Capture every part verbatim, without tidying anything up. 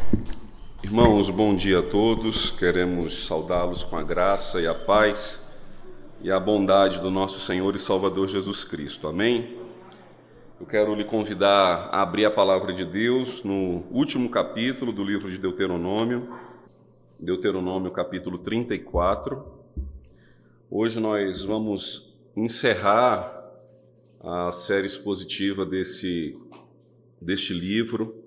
Irmãos, bom dia a todos. Queremos saudá-los com a graça e a paz e a bondade do nosso Senhor e Salvador Jesus Cristo. Amém? Eu quero lhe convidar a abrir a palavra de Deus no último capítulo do livro de Deuteronômio, Deuteronômio capítulo trinta e quatro. Hoje nós vamos encerrar a série expositiva desse, deste livro.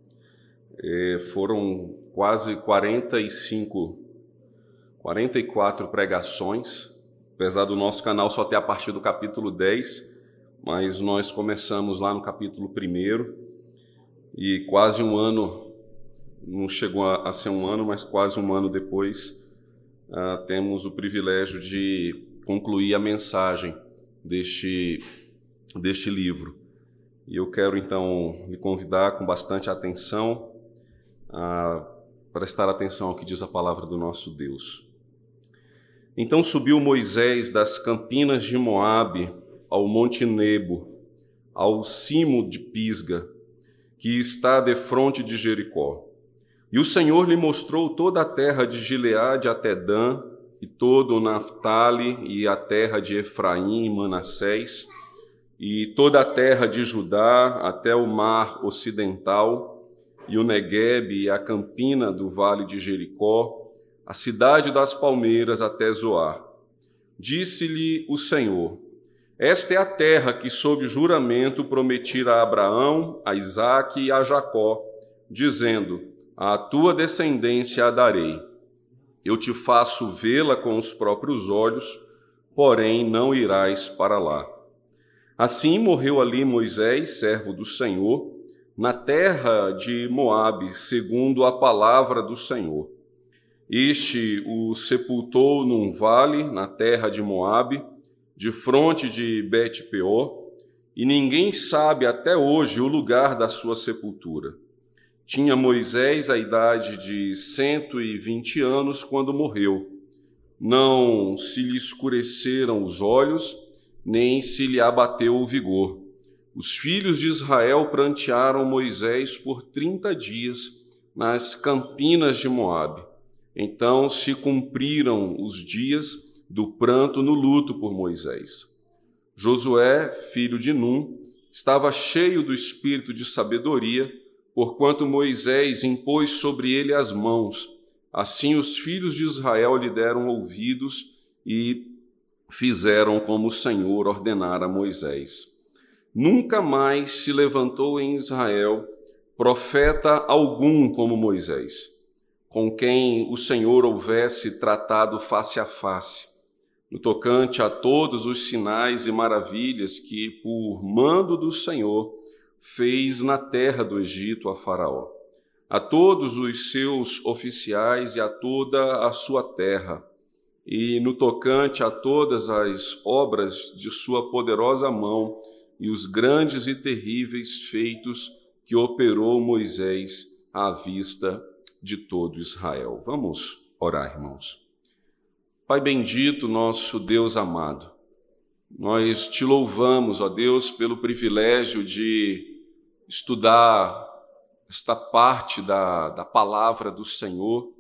É, foram quase quarenta e cinco, quarenta e quatro pregações, apesar do nosso canal só ter a partir do capítulo dez, mas nós começamos lá no capítulo primeiro e quase um ano, não chegou a, a ser um ano, mas quase um ano depois, uh, temos o privilégio de concluir a mensagem deste, deste livro. E eu quero então lhe convidar com bastante atenção a prestar atenção ao que diz a palavra do nosso Deus. Então subiu Moisés das campinas de Moabe ao monte Nebo, ao cimo de Pisga, que está defronte de Jericó. E o Senhor lhe mostrou toda a terra de Gileade até Dan, e todo o Naftali, e a terra de Efraim e Manassés, e toda a terra de Judá até o mar ocidental, e o Neguebe e a campina do vale de Jericó, a cidade das palmeiras até Zoar. Disse-lhe o Senhor: esta é a terra que sob juramento prometi a Abraão, a Isaque e a Jacó, dizendo: à tua descendência a darei. Eu te faço vê-la com os próprios olhos, porém não irás para lá. Assim morreu ali Moisés, servo do Senhor, na terra de Moabe, segundo a palavra do Senhor. Este o sepultou num vale, na terra de Moabe, de fronte de Bet-peor, e ninguém sabe até hoje o lugar da sua sepultura. Tinha Moisés a idade de cento e vinte anos quando morreu. Não se lhe escureceram os olhos, nem se lhe abateu o vigor. Os filhos de Israel prantearam Moisés por trinta dias nas campinas de Moabe. Então se cumpriram os dias do pranto no luto por Moisés. Josué, filho de Num, estava cheio do espírito de sabedoria, porquanto Moisés impôs sobre ele as mãos. Assim os filhos de Israel lhe deram ouvidos e fizeram como o Senhor ordenara a Moisés. Nunca mais se levantou em Israel profeta algum como Moisés, com quem o Senhor houvesse tratado face a face, no tocante a todos os sinais e maravilhas que, por mando do Senhor, fez na terra do Egito a Faraó, a todos os seus oficiais e a toda a sua terra, e no tocante a todas as obras de sua poderosa mão, e os grandes e terríveis feitos que operou Moisés à vista de todo Israel. Vamos orar, irmãos. Pai bendito, nosso Deus amado, nós te louvamos, ó Deus, pelo privilégio de estudar esta parte da, da palavra do Senhor,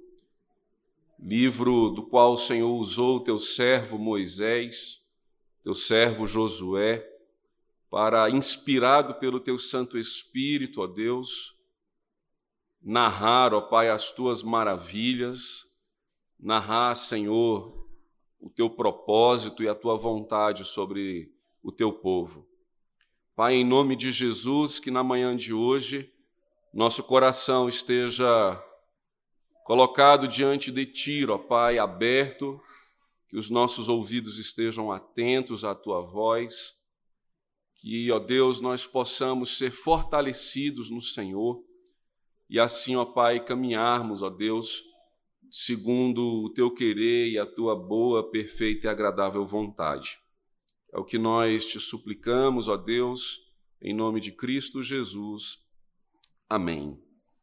livro do qual o Senhor usou teu servo Moisés, teu servo Josué, para, inspirado pelo teu Santo Espírito, ó Deus, narrar, ó Pai, as tuas maravilhas, narrar, Senhor, o teu propósito e a tua vontade sobre o teu povo. Pai, em nome de Jesus, que na manhã de hoje nosso coração esteja colocado diante de ti, ó Pai, aberto, que os nossos ouvidos estejam atentos à tua voz, que, ó Deus, nós possamos ser fortalecidos no Senhor e assim, ó Pai, caminharmos, ó Deus, segundo o teu querer e a tua boa, perfeita e agradável vontade. É o que nós te suplicamos, ó Deus, em nome de Cristo Jesus. Amém.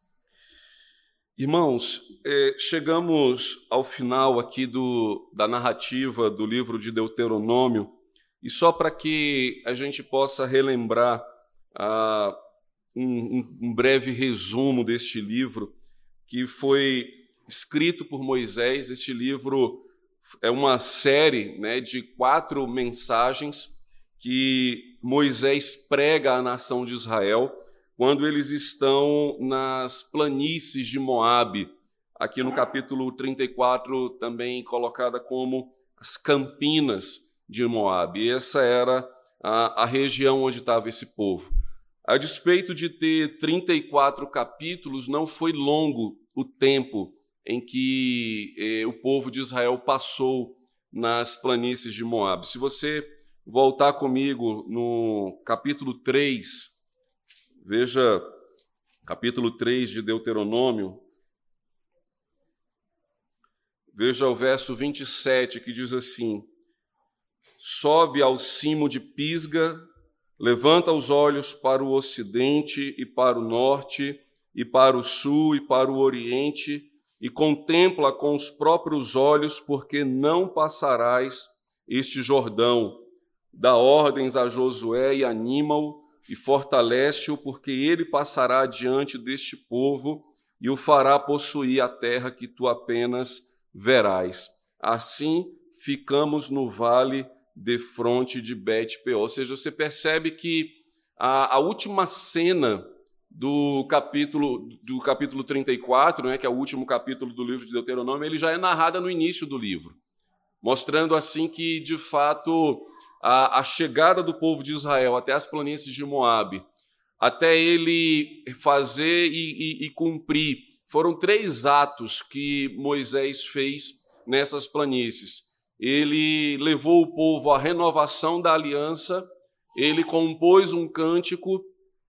Irmãos, eh, chegamos ao final aqui do, da narrativa do livro de Deuteronômio, e só para que a gente possa relembrar ah, um, um breve resumo deste livro, que foi escrito por Moisés. Este livro é uma série, né, de quatro mensagens que Moisés prega à nação de Israel quando eles estão nas planícies de Moabe, aqui no capítulo trinta e quatro também colocada como as Campinas de Moabe. E essa era a, a região onde estava esse povo. A despeito de ter trinta e quatro capítulos, não foi longo o tempo em que eh, o povo de Israel passou nas planícies de Moabe. Se você voltar comigo no capítulo três, veja capítulo três de Deuteronômio, veja o verso vinte e sete, que diz assim: sobe ao cimo de Pisga, levanta os olhos para o ocidente e para o norte, e para o sul e para o oriente, e contempla com os próprios olhos, porque não passarás este Jordão. Dá ordens a Josué e anima-o, e fortalece-o, porque ele passará diante deste povo e o fará possuir a terra que tu apenas verás. Assim ficamos no vale defronte de Bet-peor. Ou seja, você percebe que a, a última cena do capítulo, do capítulo trinta e quatro, né, que é o último capítulo do livro de Deuteronômio, ele já é narrada no início do livro, mostrando assim que, de fato, a, a chegada do povo de Israel até as planícies de Moabe, até ele fazer e, e, e cumprir, foram três atos que Moisés fez nessas planícies. Ele levou o povo à renovação da aliança, ele compôs um cântico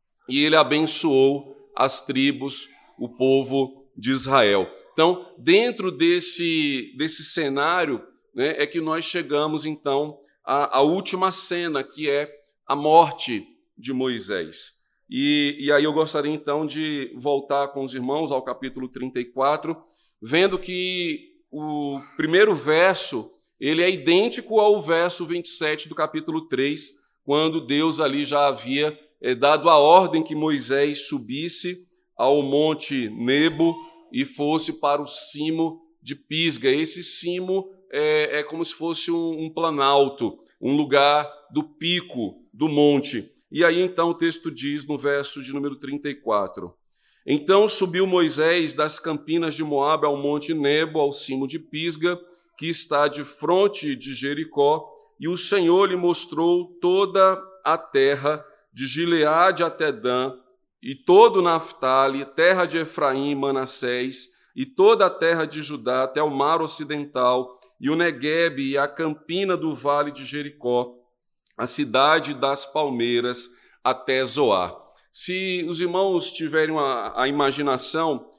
e ele abençoou as tribos, o povo de Israel. Então, dentro desse, desse cenário, né, é que nós chegamos, então, à, à última cena, que é a morte de Moisés. E, e aí eu gostaria, então, de voltar com os irmãos ao capítulo trinta e quatro, vendo que o primeiro verso ele é idêntico ao verso vinte e sete do capítulo três, quando Deus ali já havia é, dado a ordem que Moisés subisse ao monte Nebo e fosse para o cimo de Pisga. Esse cimo é, é como se fosse um, um planalto, um lugar do pico do monte. E aí então o texto diz no verso de número trinta e quatro: então subiu Moisés das campinas de Moabe ao monte Nebo, ao cimo de Pisga, que está de fronte de Jericó, e o Senhor lhe mostrou toda a terra, de Gileade até Dan, e todo Naftali, terra de Efraim e Manassés, e toda a terra de Judá até o mar ocidental, e o Neguebe e a campina do vale de Jericó, a cidade das palmeiras até Zoar. Se os irmãos tiverem a, a imaginação,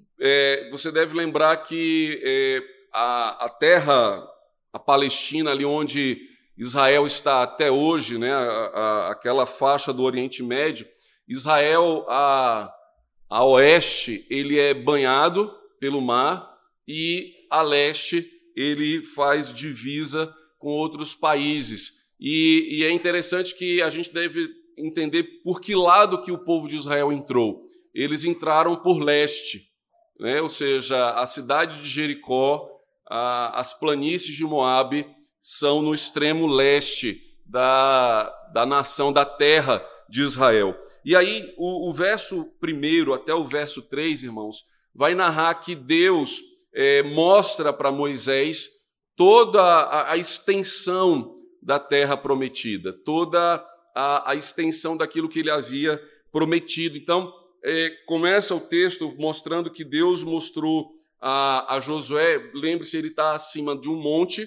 é, você deve lembrar que é, a, a terra, a Palestina, ali onde Israel está até hoje, né, a, a, aquela faixa do Oriente Médio, Israel, a, a oeste, ele é banhado pelo mar, e a leste ele faz divisa com outros países. E, e é interessante que a gente deve entender por que lado que o povo de Israel entrou. Eles entraram por leste, né? Ou seja, a cidade de Jericó, a, as planícies de Moabe são no extremo leste da, da nação, da terra de Israel. E aí o, o verso primeiro até o verso três, irmãos, vai narrar que Deus é, mostra para Moisés toda a, a extensão da terra prometida, toda a, a extensão daquilo que ele havia prometido. Então, é, começa o texto mostrando que Deus mostrou a, a Josué, lembre-se, ele está acima de um monte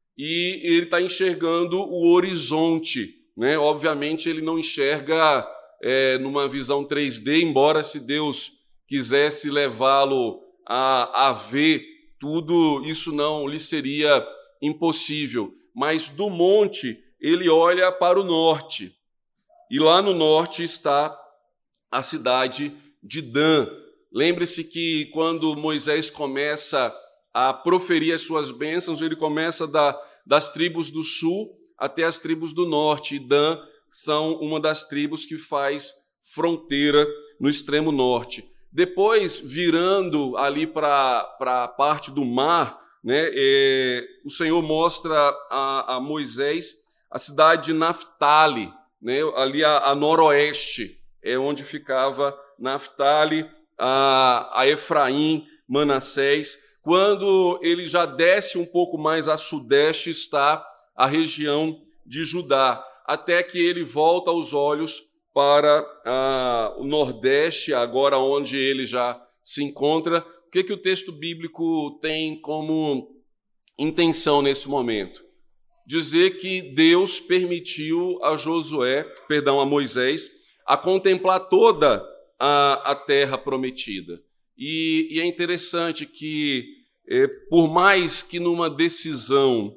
e ele está enxergando o horizonte, né? Obviamente, ele não enxerga é, numa visão três D, embora se Deus quisesse levá-lo a, a ver tudo, isso não lhe seria impossível. Mas do monte ele olha para o norte, e lá no norte está a cidade de Dan. Lembre-se que quando Moisés começa a proferir as suas bênçãos, ele começa da, das tribos do sul até as tribos do norte, e Dan são uma das tribos que faz fronteira no extremo norte. Depois, virando ali para a parte do mar, né, é, o Senhor mostra a, a Moisés a cidade de Naftali, né, ali a, a noroeste, é onde ficava Naftali, a, a Efraim, Manassés. Quando ele já desce um pouco mais a sudeste, está a região de Judá, até que ele volta os olhos para ah, o nordeste, agora onde ele já se encontra. O que, que o texto bíblico tem como intenção nesse momento? Dizer que Deus permitiu a Josué, perdão, a Moisés, a contemplar toda a, a terra prometida. E, e é interessante que, é, por mais que numa decisão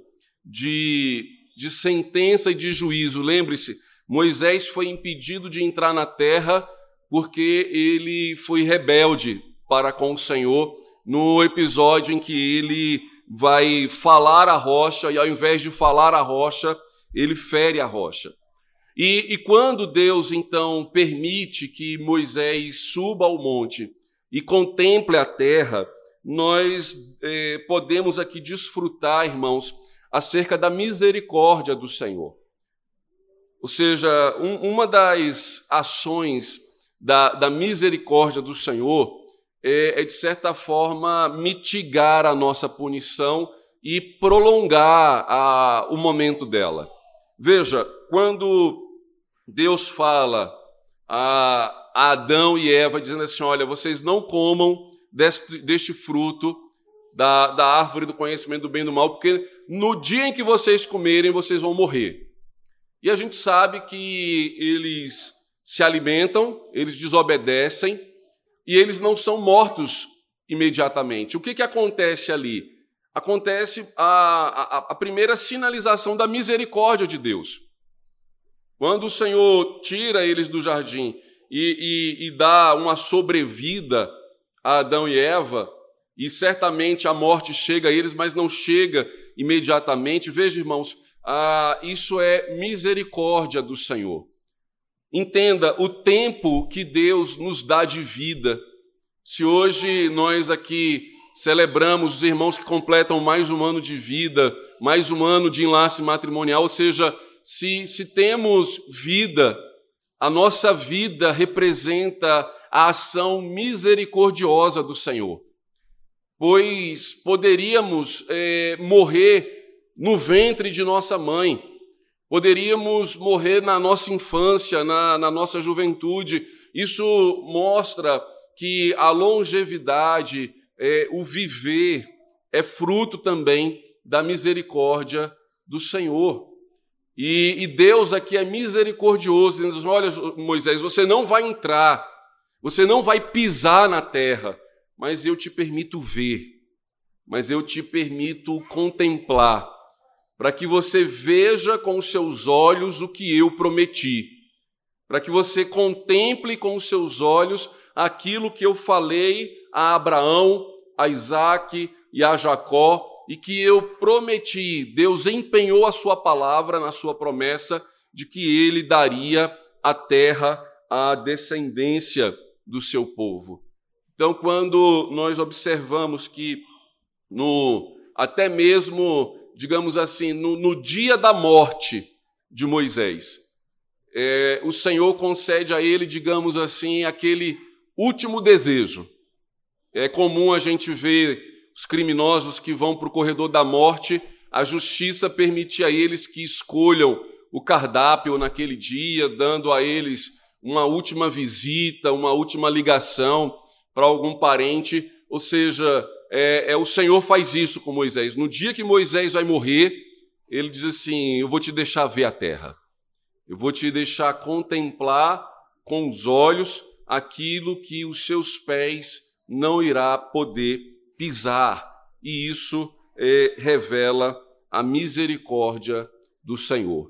de, de sentença e de juízo, lembre-se, Moisés foi impedido de entrar na terra porque ele foi rebelde para com o Senhor no episódio em que ele vai falar a rocha e, ao invés de falar a rocha, ele fere a rocha. E, e quando Deus, então, permite que Moisés suba ao monte e contemple a terra, nós eh, podemos aqui desfrutar, irmãos, acerca da misericórdia do Senhor. Ou seja, um, uma das ações da, da misericórdia do Senhor é, é, de certa forma, mitigar a nossa punição e prolongar a, o momento dela. Veja, quando Deus fala a, a Adão e Eva, dizendo assim, olha, vocês não comam deste, deste fruto da, da árvore do conhecimento do bem e do mal, porque no dia em que vocês comerem, vocês vão morrer. E a gente sabe que eles se alimentam, eles desobedecem, e eles não são mortos imediatamente. O que, que acontece ali? Acontece a, a, a primeira sinalização da misericórdia de Deus. Quando o Senhor tira eles do jardim e, e, e dá uma sobrevida a Adão e Eva, e certamente a morte chega a eles, mas não chega imediatamente. Veja, irmãos, ah, isso é misericórdia do Senhor. Entenda o tempo que Deus nos dá de vida. Se hoje nós aqui celebramos os irmãos que completam mais um ano de vida, mais um ano de enlace matrimonial, ou seja, se, se temos vida, a nossa vida representa a ação misericordiosa do Senhor. Pois poderíamos é, morrer no ventre de nossa mãe, poderíamos morrer na nossa infância, na, na nossa juventude. Isso mostra que a longevidade, é, o viver, é fruto também da misericórdia do Senhor. E, e Deus aqui é misericordioso, dizendo, olha, Moisés, você não vai entrar, você não vai pisar na terra, mas eu te permito ver, mas eu te permito contemplar, para que você veja com os seus olhos o que eu prometi, para que você contemple com os seus olhos aquilo que eu falei a Abraão, a Isaque e a Jacó, e que eu prometi. Deus empenhou a sua palavra na sua promessa de que ele daria a terra à descendência do seu povo. Então, quando nós observamos que no, até mesmo, digamos assim, no, no dia da morte de Moisés, é, o Senhor concede a ele, digamos assim, aquele último desejo. É comum a gente ver os criminosos que vão para o corredor da morte, a justiça permite a eles que escolham o cardápio naquele dia, dando a eles uma última visita, uma última ligação para algum parente. Ou seja, é, é, o Senhor faz isso com Moisés. No dia que Moisés vai morrer, ele diz assim, eu vou te deixar ver a terra. Eu vou te deixar contemplar com os olhos aquilo que os seus pés não irá poder pisar. E isso é, revela a misericórdia do Senhor.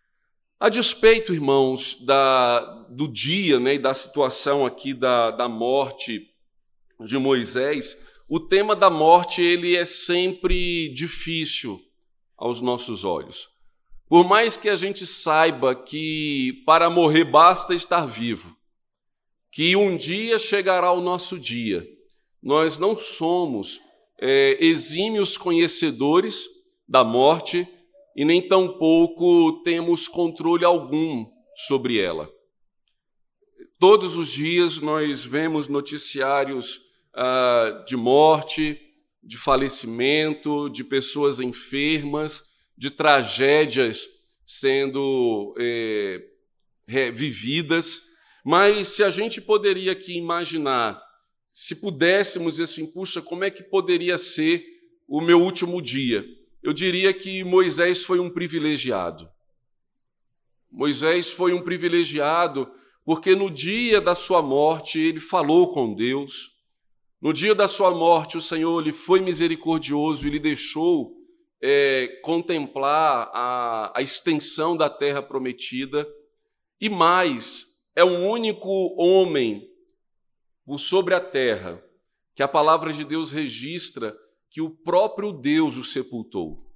A despeito, irmãos, da, do dia, né, e da situação aqui da, da morte de Moisés, o tema da morte ele é sempre difícil aos nossos olhos. Por mais que a gente saiba que para morrer basta estar vivo, que um dia chegará o nosso dia. Nós não somos é, exímios conhecedores da morte e nem tampouco temos controle algum sobre ela. Todos os dias nós vemos noticiários ah, de morte, de falecimento, de pessoas enfermas, de tragédias sendo é, vividas. Mas se a gente poderia aqui imaginar, se pudéssemos assim, puxa, como é que poderia ser o meu último dia? Eu diria que Moisés foi um privilegiado. Moisés foi um privilegiado porque no dia da sua morte ele falou com Deus. No dia da sua morte o Senhor lhe foi misericordioso e lhe deixou é, contemplar a, a extensão da terra prometida. E mais, é o único homem sobre a terra que a palavra de Deus registra que o próprio Deus o sepultou.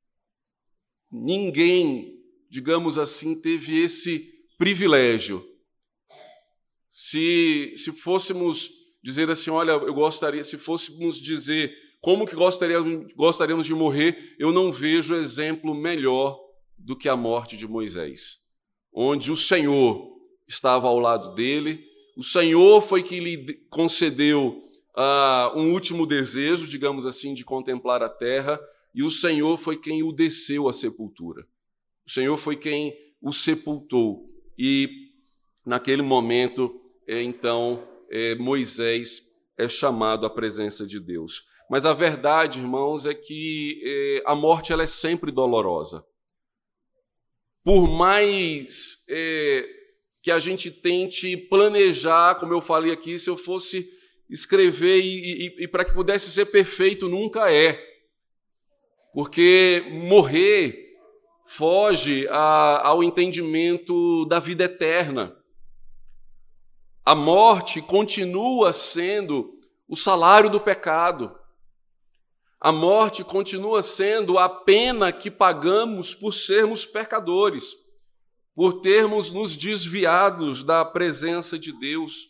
Ninguém, digamos assim, teve esse privilégio. Se, se fôssemos dizer assim, olha, eu gostaria, se fôssemos dizer como que gostaríamos, gostaríamos de morrer, eu não vejo exemplo melhor do que a morte de Moisés, onde o Senhor estava ao lado dele, o Senhor foi que lhe concedeu uh, um último desejo, digamos assim, de contemplar a terra, e o Senhor foi quem o desceu à sepultura. O Senhor foi quem o sepultou. E naquele momento, é, então, é, Moisés é chamado à presença de Deus. Mas a verdade, irmãos, é que é, a morte ela é sempre dolorosa. Por mais é, que a gente tente planejar, como eu falei aqui, se eu fosse escrever e, e, e para que pudesse ser perfeito, nunca é. Porque morrer foge a, ao entendimento da vida eterna. A morte continua sendo o salário do pecado. A morte continua sendo a pena que pagamos por sermos pecadores, por termos nos desviados da presença de Deus.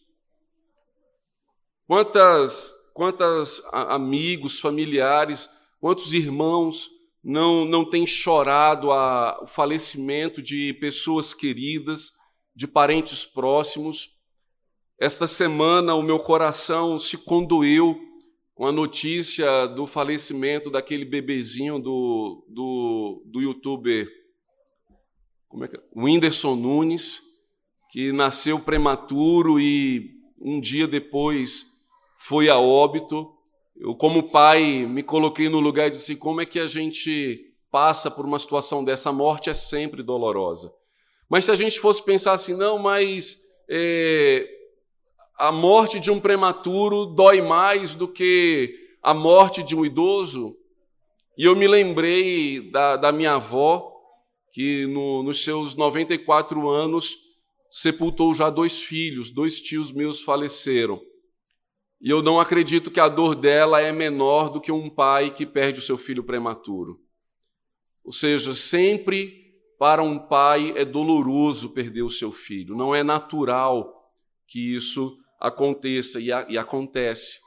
Quantas, quantas amigos, familiares, quantos irmãos não, não têm chorado a, o falecimento de pessoas queridas, de parentes próximos? Esta semana o meu coração se condoeu com a notícia do falecimento daquele bebezinho do, do, do youtuber como é que é? Whindersson Nunes, que nasceu prematuro e um dia depois foi a óbito. Eu, como pai, me coloquei no lugar e disse, como é que a gente passa por uma situação dessa? A morte é sempre dolorosa. Mas se a gente fosse pensar assim, não, mas é, a morte de um prematuro dói mais do que a morte de um idoso? E eu me lembrei da, da minha avó, que no, nos seus noventa e quatro anos sepultou já dois filhos, dois tios meus faleceram. E eu não acredito que a dor dela é menor do que um pai que perde o seu filho prematuro. Ou seja, sempre para um pai é doloroso perder o seu filho. Não é natural que isso aconteça e, a, e acontece.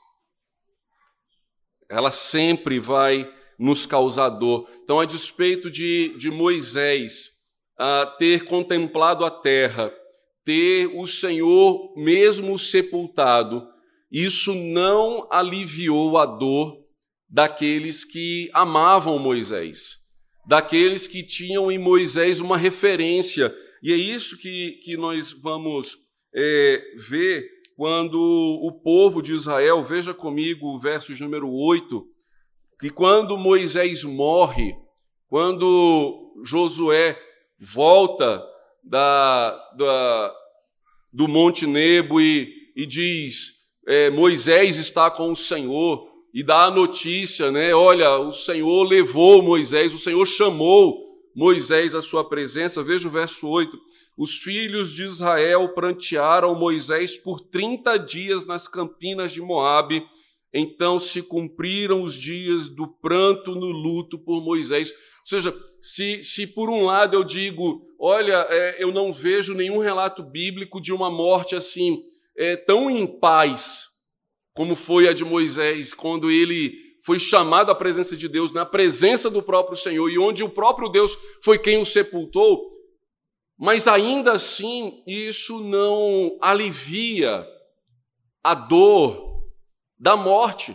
Ela sempre vai nos causar dor. Então, a despeito de, de Moisés uh, ter contemplado a terra, ter o Senhor mesmo sepultado, isso não aliviou a dor daqueles que amavam Moisés, daqueles que tinham em Moisés uma referência. E é isso que, que nós vamos é, ver quando o povo de Israel, veja comigo o verso de número oito, que quando Moisés morre, quando Josué volta da, da, do Monte Nebo e, e diz, é, Moisés está com o Senhor, e dá a notícia, né? Olha, o Senhor levou Moisés, o Senhor chamou Moisés à sua presença. Veja o verso oito. Os filhos de Israel prantearam Moisés por trinta dias nas campinas de Moabe. Então se cumpriram os dias do pranto no luto por Moisés. Ou seja, se, se por um lado eu digo, olha, é, eu não vejo nenhum relato bíblico de uma morte assim, é, tão em paz como foi a de Moisés, quando ele foi chamado à presença de Deus, na presença do próprio Senhor, e onde o próprio Deus foi quem o sepultou, mas ainda assim isso não alivia a dor da morte.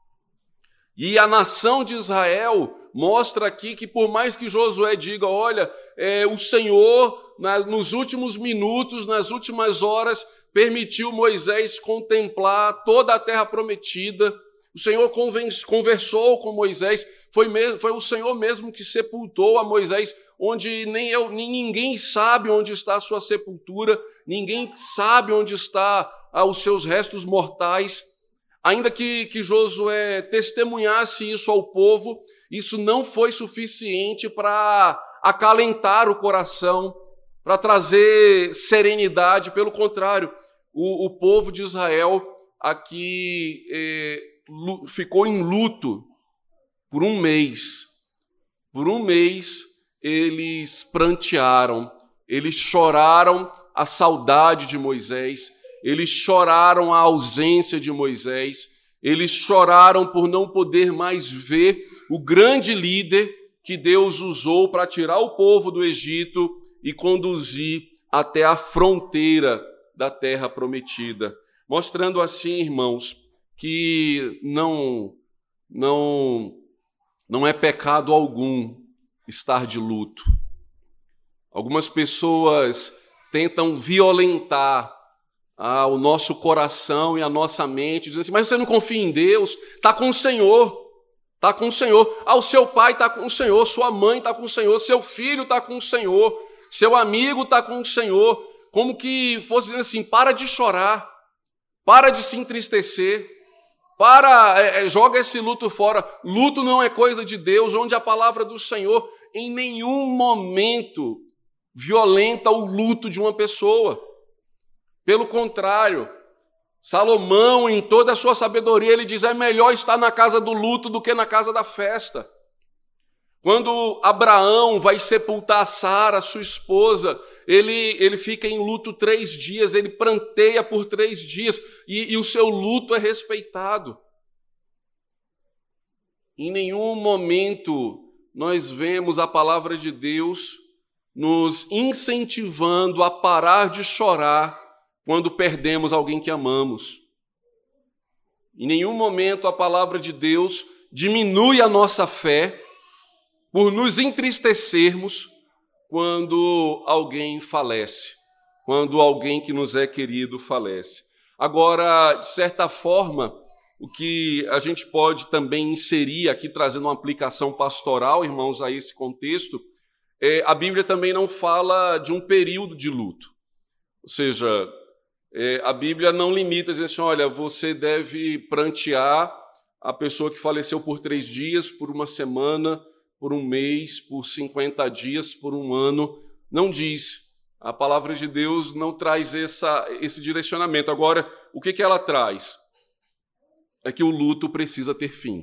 E a nação de Israel mostra aqui que, por mais que Josué diga, olha, é, o Senhor, na, nos últimos minutos, nas últimas horas, permitiu Moisés contemplar toda a terra prometida, o Senhor convence, conversou com Moisés, foi, mesmo, foi o Senhor mesmo que sepultou a Moisés, onde nem, eu, nem ninguém sabe onde está a sua sepultura, ninguém sabe onde está ah, os seus restos mortais. Ainda que, que Josué testemunhasse isso ao povo, isso não foi suficiente para acalentar o coração, para trazer serenidade. Pelo contrário, o, o povo de Israel aqui é, ficou em luto por um mês. Por um mês eles prantearam, eles choraram a saudade de Moisés, eles choraram a ausência de Moisés, eles choraram por não poder mais ver o grande líder que Deus usou para tirar o povo do Egito e conduzir até a fronteira da terra prometida. Mostrando assim, irmãos, que não, não, não é pecado algum estar de luto. Algumas pessoas tentam violentar Ah, o nosso coração e a nossa mente, dizendo assim, mas você não confia em Deus? Está com o Senhor, está com o Senhor. Ah, o seu pai está com o Senhor, sua mãe está com o Senhor, seu filho está com o Senhor, seu amigo está com o Senhor. Como que fosse dizendo assim, para de chorar, para de se entristecer, para, é, joga esse luto fora. Luto não é coisa de Deus, onde a palavra do Senhor em nenhum momento violenta o luto de uma pessoa. Pelo contrário, Salomão, em toda a sua sabedoria, ele diz, é melhor estar na casa do luto do que na casa da festa. Quando Abraão vai sepultar Sara, sua esposa, ele, ele fica em luto três dias, ele pranteia por três dias, e, e o seu luto é respeitado. Em nenhum momento nós vemos a palavra de Deus nos incentivando a parar de chorar quando perdemos alguém que amamos. Em nenhum momento a palavra de Deus diminui a nossa fé por nos entristecermos quando alguém falece, quando alguém que nos é querido falece. Agora, de certa forma, o que a gente pode também inserir aqui, trazendo uma aplicação pastoral, irmãos, a esse contexto, é, a Bíblia também não fala de um período de luto. Ou seja, É, a Bíblia não limita, diz assim, olha, você deve prantear a pessoa que faleceu por três dias, por uma semana, por um mês, por cinquenta dias, por um ano. Não diz. A palavra de Deus não traz essa, esse direcionamento. Agora, o que, que ela traz? É que o luto precisa ter fim.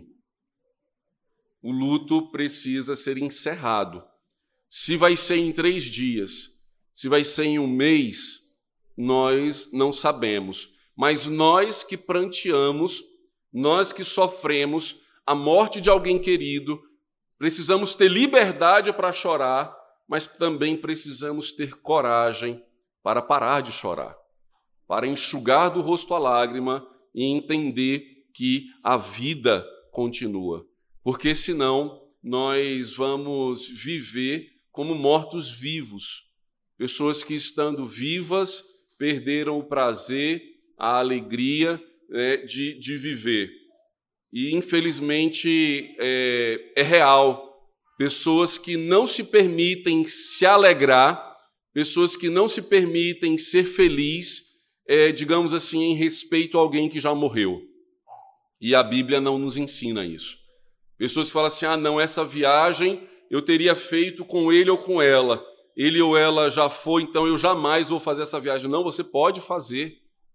O luto precisa ser encerrado. Se vai ser em três dias, se vai ser em um mês, nós não sabemos, mas nós que pranteamos, nós que sofremos a morte de alguém querido, precisamos ter liberdade para chorar, mas também precisamos ter coragem para parar de chorar, para enxugar do rosto a lágrima e entender que a vida continua, porque senão nós vamos viver como mortos-vivos, pessoas que, estando vivas, perderam o prazer, a alegria é, de, de viver. E, infelizmente, é, é real. Pessoas que não se permitem se alegrar, pessoas que não se permitem ser felizes, é, digamos assim, em respeito a alguém que já morreu. E a Bíblia não nos ensina isso. Pessoas que falam assim, ah, não, essa viagem eu teria feito com ele ou com ela. Ele ou ela já foi, então eu jamais vou fazer essa viagem. Não, você pode fazer.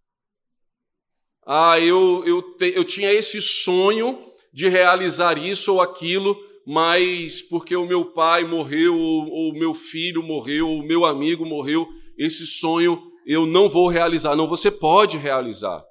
Ah, eu, eu, te, eu tinha esse sonho de realizar isso ou aquilo, mas porque o meu pai morreu, ou o meu filho morreu, ou o meu amigo morreu, esse sonho eu não vou realizar. Não, você pode realizar.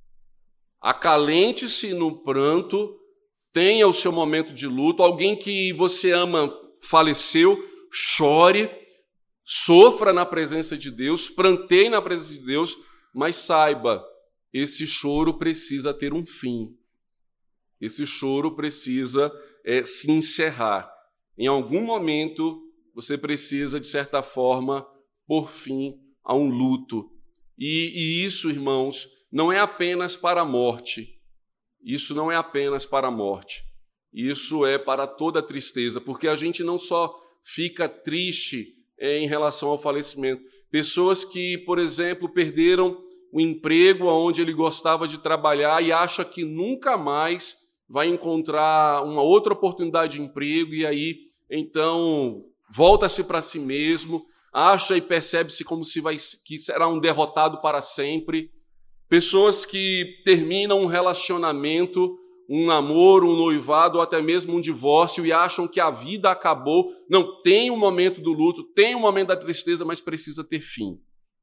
Acalente-se no pranto, tenha o seu momento de luto. Alguém que você ama faleceu, chore, sofra na presença de Deus, pranteie na presença de Deus, mas saiba, esse choro precisa ter um fim. Esse choro precisa é, se encerrar. Em algum momento, você precisa, de certa forma, pôr fim a um luto. E, e isso, irmãos, não é apenas para a morte. Isso não é apenas para a morte. Isso é para toda a tristeza, porque a gente não só fica triste em relação ao falecimento. Pessoas que, por exemplo, perderam o emprego onde ele gostava de trabalhar e acha que nunca mais vai encontrar uma outra oportunidade de emprego e aí, então, volta-se para si mesmo, acha e percebe-se como se vai, que será um derrotado para sempre. Pessoas que terminam um relacionamento, um namoro, um noivado ou até mesmo um divórcio e acham que a vida acabou. Não, tem um momento do luto, tem um momento da tristeza, mas precisa ter fim.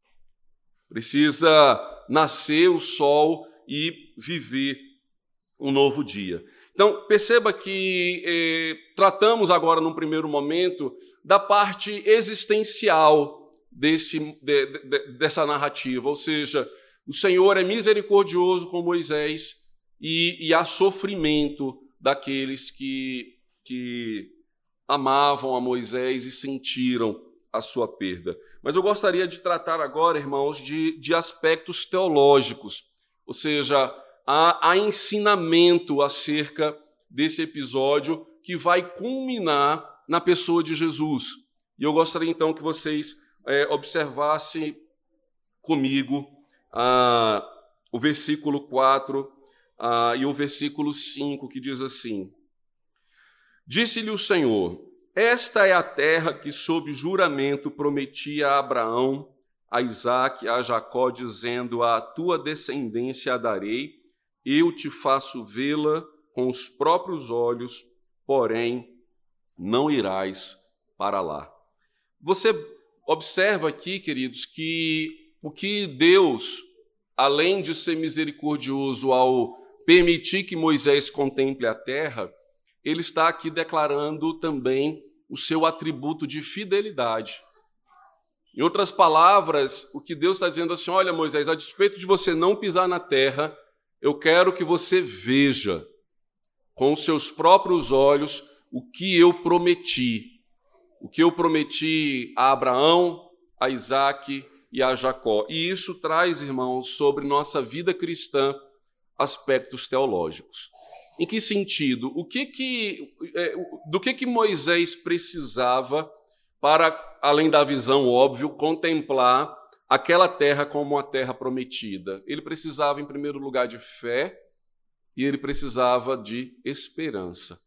Precisa nascer o sol e viver um novo dia. Então, perceba que eh, tratamos agora, num primeiro momento, da parte existencial desse, de, de, dessa narrativa, ou seja, o Senhor é misericordioso com Moisés e, e há sofrimento daqueles que, que amavam a Moisés e sentiram a sua perda. Mas eu gostaria de tratar agora, irmãos, de, de aspectos teológicos, ou seja, há, há ensinamento acerca desse episódio que vai culminar na pessoa de Jesus. E eu gostaria, então, que vocês é, observassem comigo ah, o versículo quatro ah, e o versículo cinco, que diz assim: Disse-lhe o Senhor: Esta é a terra que, sob juramento, prometia a Abraão, a Isaque, a Jacó, dizendo: A tua descendência a darei, eu te faço vê-la com os próprios olhos, porém não irás para lá. Você observa aqui, queridos, que o que Deus, além de ser misericordioso ao permitir que Moisés contemple a terra, ele está aqui declarando também o seu atributo de fidelidade. Em outras palavras, o que Deus está dizendo assim: olha, Moisés, a despeito de você não pisar na terra, eu quero que você veja com os seus próprios olhos o que eu prometi. O que eu prometi a Abraão, a Isaque e a Jacó. E isso traz, irmãos, sobre nossa vida cristã aspectos teológicos. Em que sentido? O que que, do que que Moisés precisava para, além da visão óbvia, contemplar aquela terra como uma terra prometida? Ele precisava, em primeiro lugar, de fé e ele precisava de esperança.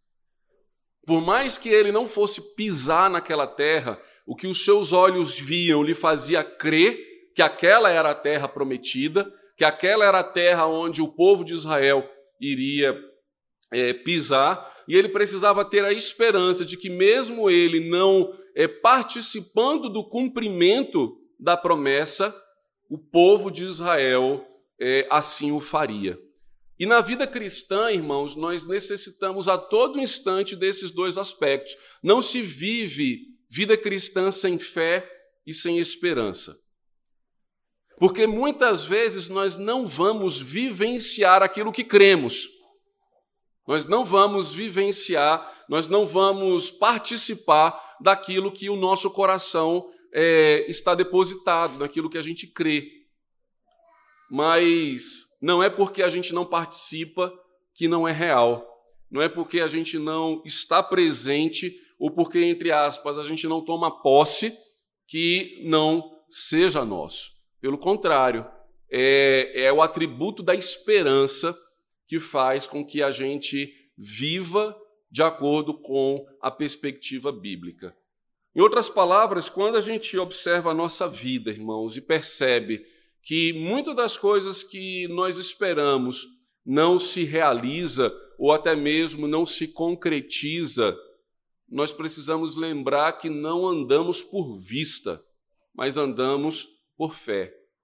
Por mais que ele não fosse pisar naquela terra, o que os seus olhos viam lhe fazia crer que aquela era a terra prometida, que aquela era a terra onde o povo de Israel iria é, pisar, e ele precisava ter a esperança de que, mesmo ele não é, participando do cumprimento da promessa, o povo de Israel é, assim o faria. E na vida cristã, irmãos, nós necessitamos a todo instante desses dois aspectos. Não se vive vida cristã sem fé e sem esperança. Porque muitas vezes nós não vamos vivenciar aquilo que cremos. Nós não vamos vivenciar, nós não vamos participar daquilo que o nosso coração é, está depositado, daquilo que a gente crê. Mas não é porque a gente não participa que não é real. Não é porque a gente não está presente ou porque, entre aspas, a gente não toma posse que não seja nosso. Pelo contrário, é, é o atributo da esperança que faz com que a gente viva de acordo com a perspectiva bíblica. Em outras palavras, quando a gente observa a nossa vida, irmãos, e percebe que muitas das coisas que nós esperamos não se realiza ou até mesmo não se concretiza, nós precisamos lembrar que não andamos por vista, mas andamos por fé.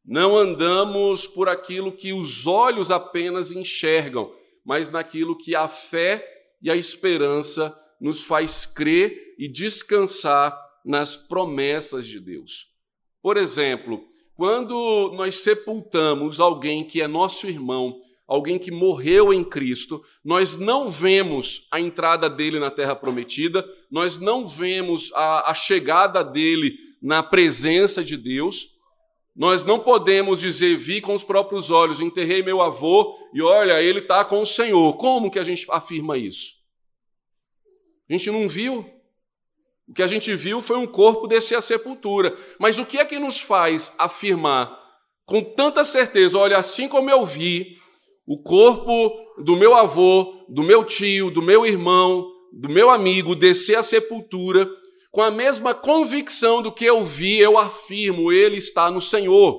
Não andamos por aquilo que os olhos apenas enxergam, mas naquilo que a fé e a esperança nos faz crer e descansar nas promessas de Deus. Por exemplo, quando nós sepultamos alguém que é nosso irmão, alguém que morreu em Cristo, nós não vemos a entrada dele na terra prometida, nós não vemos a, a chegada dele na presença de Deus. Nós não podemos dizer, vi com os próprios olhos, enterrei meu avô e olha, ele está com o Senhor. Como que a gente afirma isso? A gente não viu. O que a gente viu foi um corpo descer à sepultura. Mas o que é que nos faz afirmar com tanta certeza, olha, assim como eu vi o corpo do meu avô, do meu tio, do meu irmão, do meu amigo descer à sepultura, com a mesma convicção do que eu vi, eu afirmo, ele está no Senhor.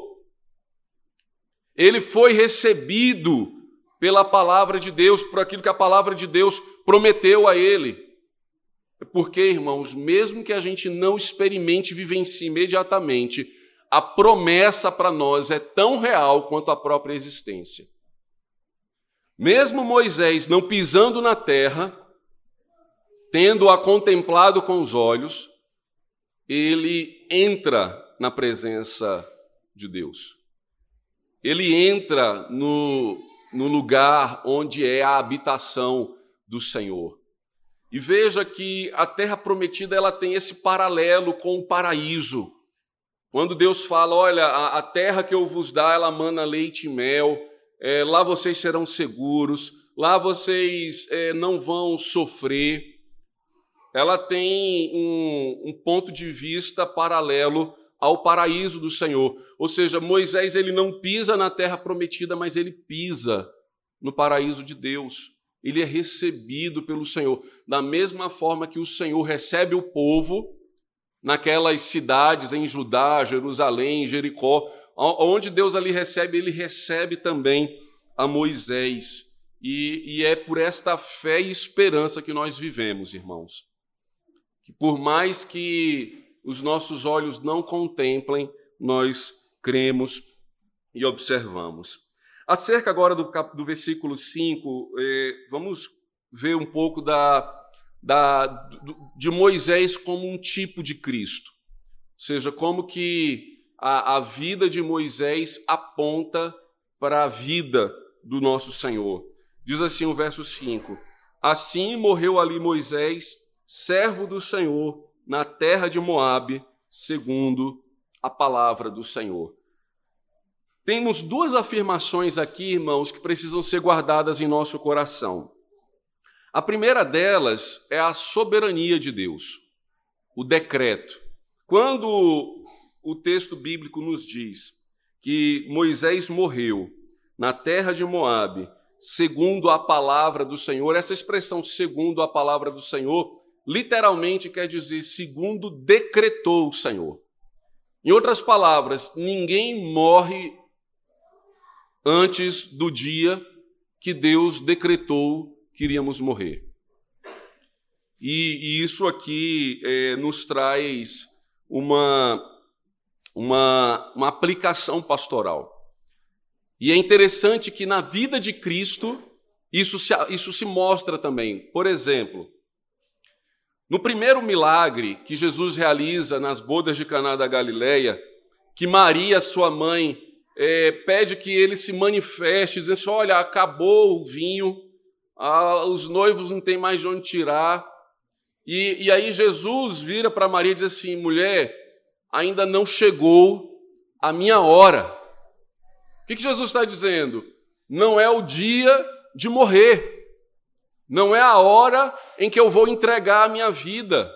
Ele foi recebido pela palavra de Deus, por aquilo que a palavra de Deus prometeu a ele. Porque, irmãos, mesmo que a gente não experimente e vivencie imediatamente, a promessa para nós é tão real quanto a própria existência. Mesmo Moisés não pisando na terra, tendo-a contemplado com os olhos, ele entra na presença de Deus. Ele entra no, no lugar onde é a habitação do Senhor. E veja que a terra prometida ela tem esse paralelo com o paraíso. Quando Deus fala, olha, a, a terra que eu vos dá, ela mana leite e mel, é, lá vocês serão seguros, lá vocês é, não vão sofrer. Ela tem um, um ponto de vista paralelo ao paraíso do Senhor. Ou seja, Moisés ele não pisa na terra prometida, mas ele pisa no paraíso de Deus. Ele é recebido pelo Senhor, da mesma forma que o Senhor recebe o povo naquelas cidades em Judá, Jerusalém, Jericó, onde Deus ali recebe, ele recebe também a Moisés. E, e é por esta fé e esperança que nós vivemos, irmãos. Que por mais que os nossos olhos não contemplem, nós cremos e observamos. Acerca agora do, cap... do versículo cinco, eh, vamos ver um pouco da, da, de Moisés como um tipo de Cristo. Ou seja, como que a, a vida de Moisés aponta para a vida do nosso Senhor. Diz assim o verso cinco, assim morreu ali Moisés, servo do Senhor, na terra de Moabe, segundo a palavra do Senhor. Temos duas afirmações aqui, irmãos, que precisam ser guardadas em nosso coração. A primeira delas é a soberania de Deus, o decreto. Quando o texto bíblico nos diz que Moisés morreu na terra de Moabe, segundo a palavra do Senhor, essa expressão segundo a palavra do Senhor, literalmente quer dizer segundo decretou o Senhor. Em outras palavras, ninguém morre antes do dia que Deus decretou que iríamos morrer. E, e isso aqui é, nos traz uma, uma, uma aplicação pastoral. E é interessante que na vida de Cristo isso se, isso se mostra também. Por exemplo, no primeiro milagre que Jesus realiza nas bodas de Caná da Galileia, que Maria, sua mãe, É, pede que ele se manifeste, dizendo assim, olha, acabou o vinho, ah, os noivos não têm mais de onde tirar. E, e aí Jesus vira para Maria e diz assim, mulher, ainda não chegou a minha hora. O que, que Jesus está dizendo? Não é o dia de morrer, não é a hora em que eu vou entregar a minha vida.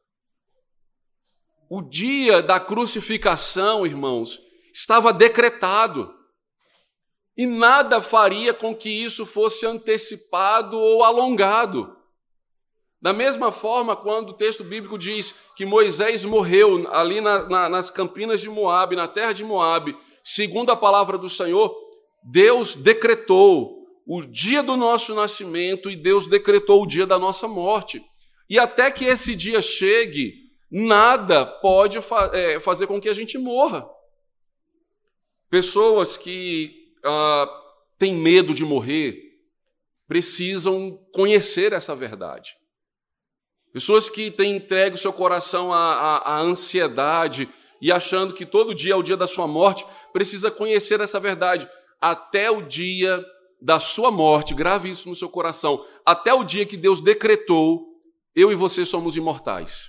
O dia da crucificação, irmãos, estava decretado, e nada faria com que isso fosse antecipado ou alongado. Da mesma forma, quando o texto bíblico diz que Moisés morreu ali na, na, nas campinas de Moabe, na terra de Moabe, segundo a palavra do Senhor, Deus decretou o dia do nosso nascimento e Deus decretou o dia da nossa morte. E até que esse dia chegue, nada pode fa- é, fazer com que a gente morra. Pessoas que ah, têm medo de morrer precisam conhecer essa verdade. Pessoas que têm entregue o seu coração à, à, à ansiedade e achando que todo dia é o dia da sua morte, precisa conhecer essa verdade. Até o dia da sua morte, grave isso no seu coração, até o dia que Deus decretou, eu e você somos imortais.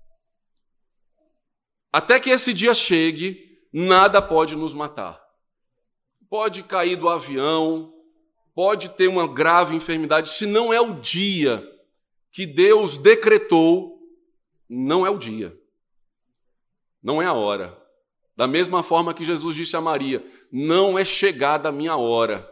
Até que esse dia chegue, nada pode nos matar. Pode cair do avião, pode ter uma grave enfermidade, se não é o dia que Deus decretou, não é o dia. Não é a hora. Da mesma forma que Jesus disse a Maria, não é chegada a minha hora.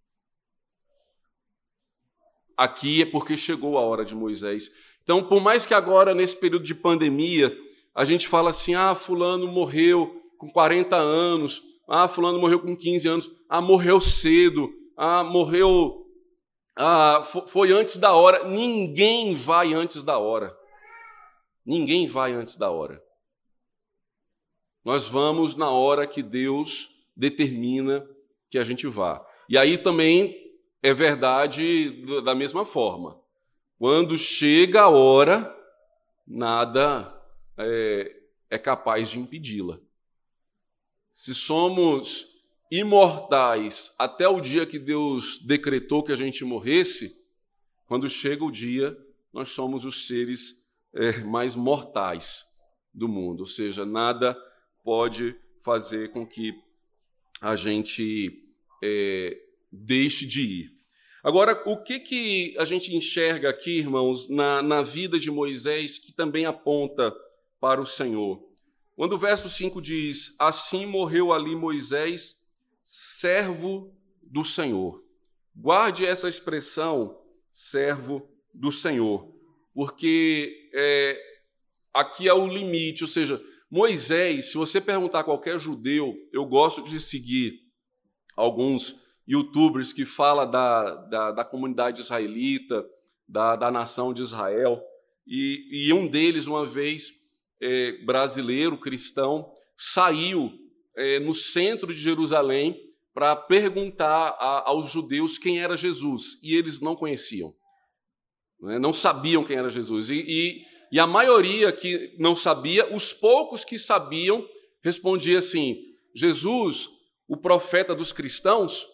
Aqui é porque chegou a hora de Moisés. Então, por mais que agora, nesse período de pandemia, a gente fala assim, ah, fulano morreu com quarenta anos, ah, fulano morreu com quinze anos, ah, morreu cedo, ah, morreu, ah, foi antes da hora. Ninguém vai antes da hora. Ninguém vai antes da hora. Nós vamos na hora que Deus determina que a gente vá. E aí também é verdade da mesma forma. Quando chega a hora, nada é, é capaz de impedi-la. Se somos imortais até o dia que Deus decretou que a gente morresse, quando chega o dia, nós somos os seres é, mais mortais do mundo. Ou seja, nada pode fazer com que a gente é, deixe de ir. Agora, o que, que a gente enxerga aqui, irmãos, na, na vida de Moisés, que também aponta para o Senhor? Quando o verso cinco diz, assim morreu ali Moisés, servo do Senhor. Guarde essa expressão, servo do Senhor, porque é, aqui é o limite, ou seja, Moisés, se você perguntar a qualquer judeu, eu gosto de seguir alguns youtubers que falam da, da, da comunidade israelita, da, da nação de Israel, e, e um deles, uma vez, é, brasileiro, cristão, saiu é, no centro de Jerusalém para perguntar a, aos judeus quem era Jesus, e eles não conheciam, né? Não sabiam quem era Jesus, e, e, e a maioria que não sabia, os poucos que sabiam, respondia assim, Jesus, o profeta dos cristãos.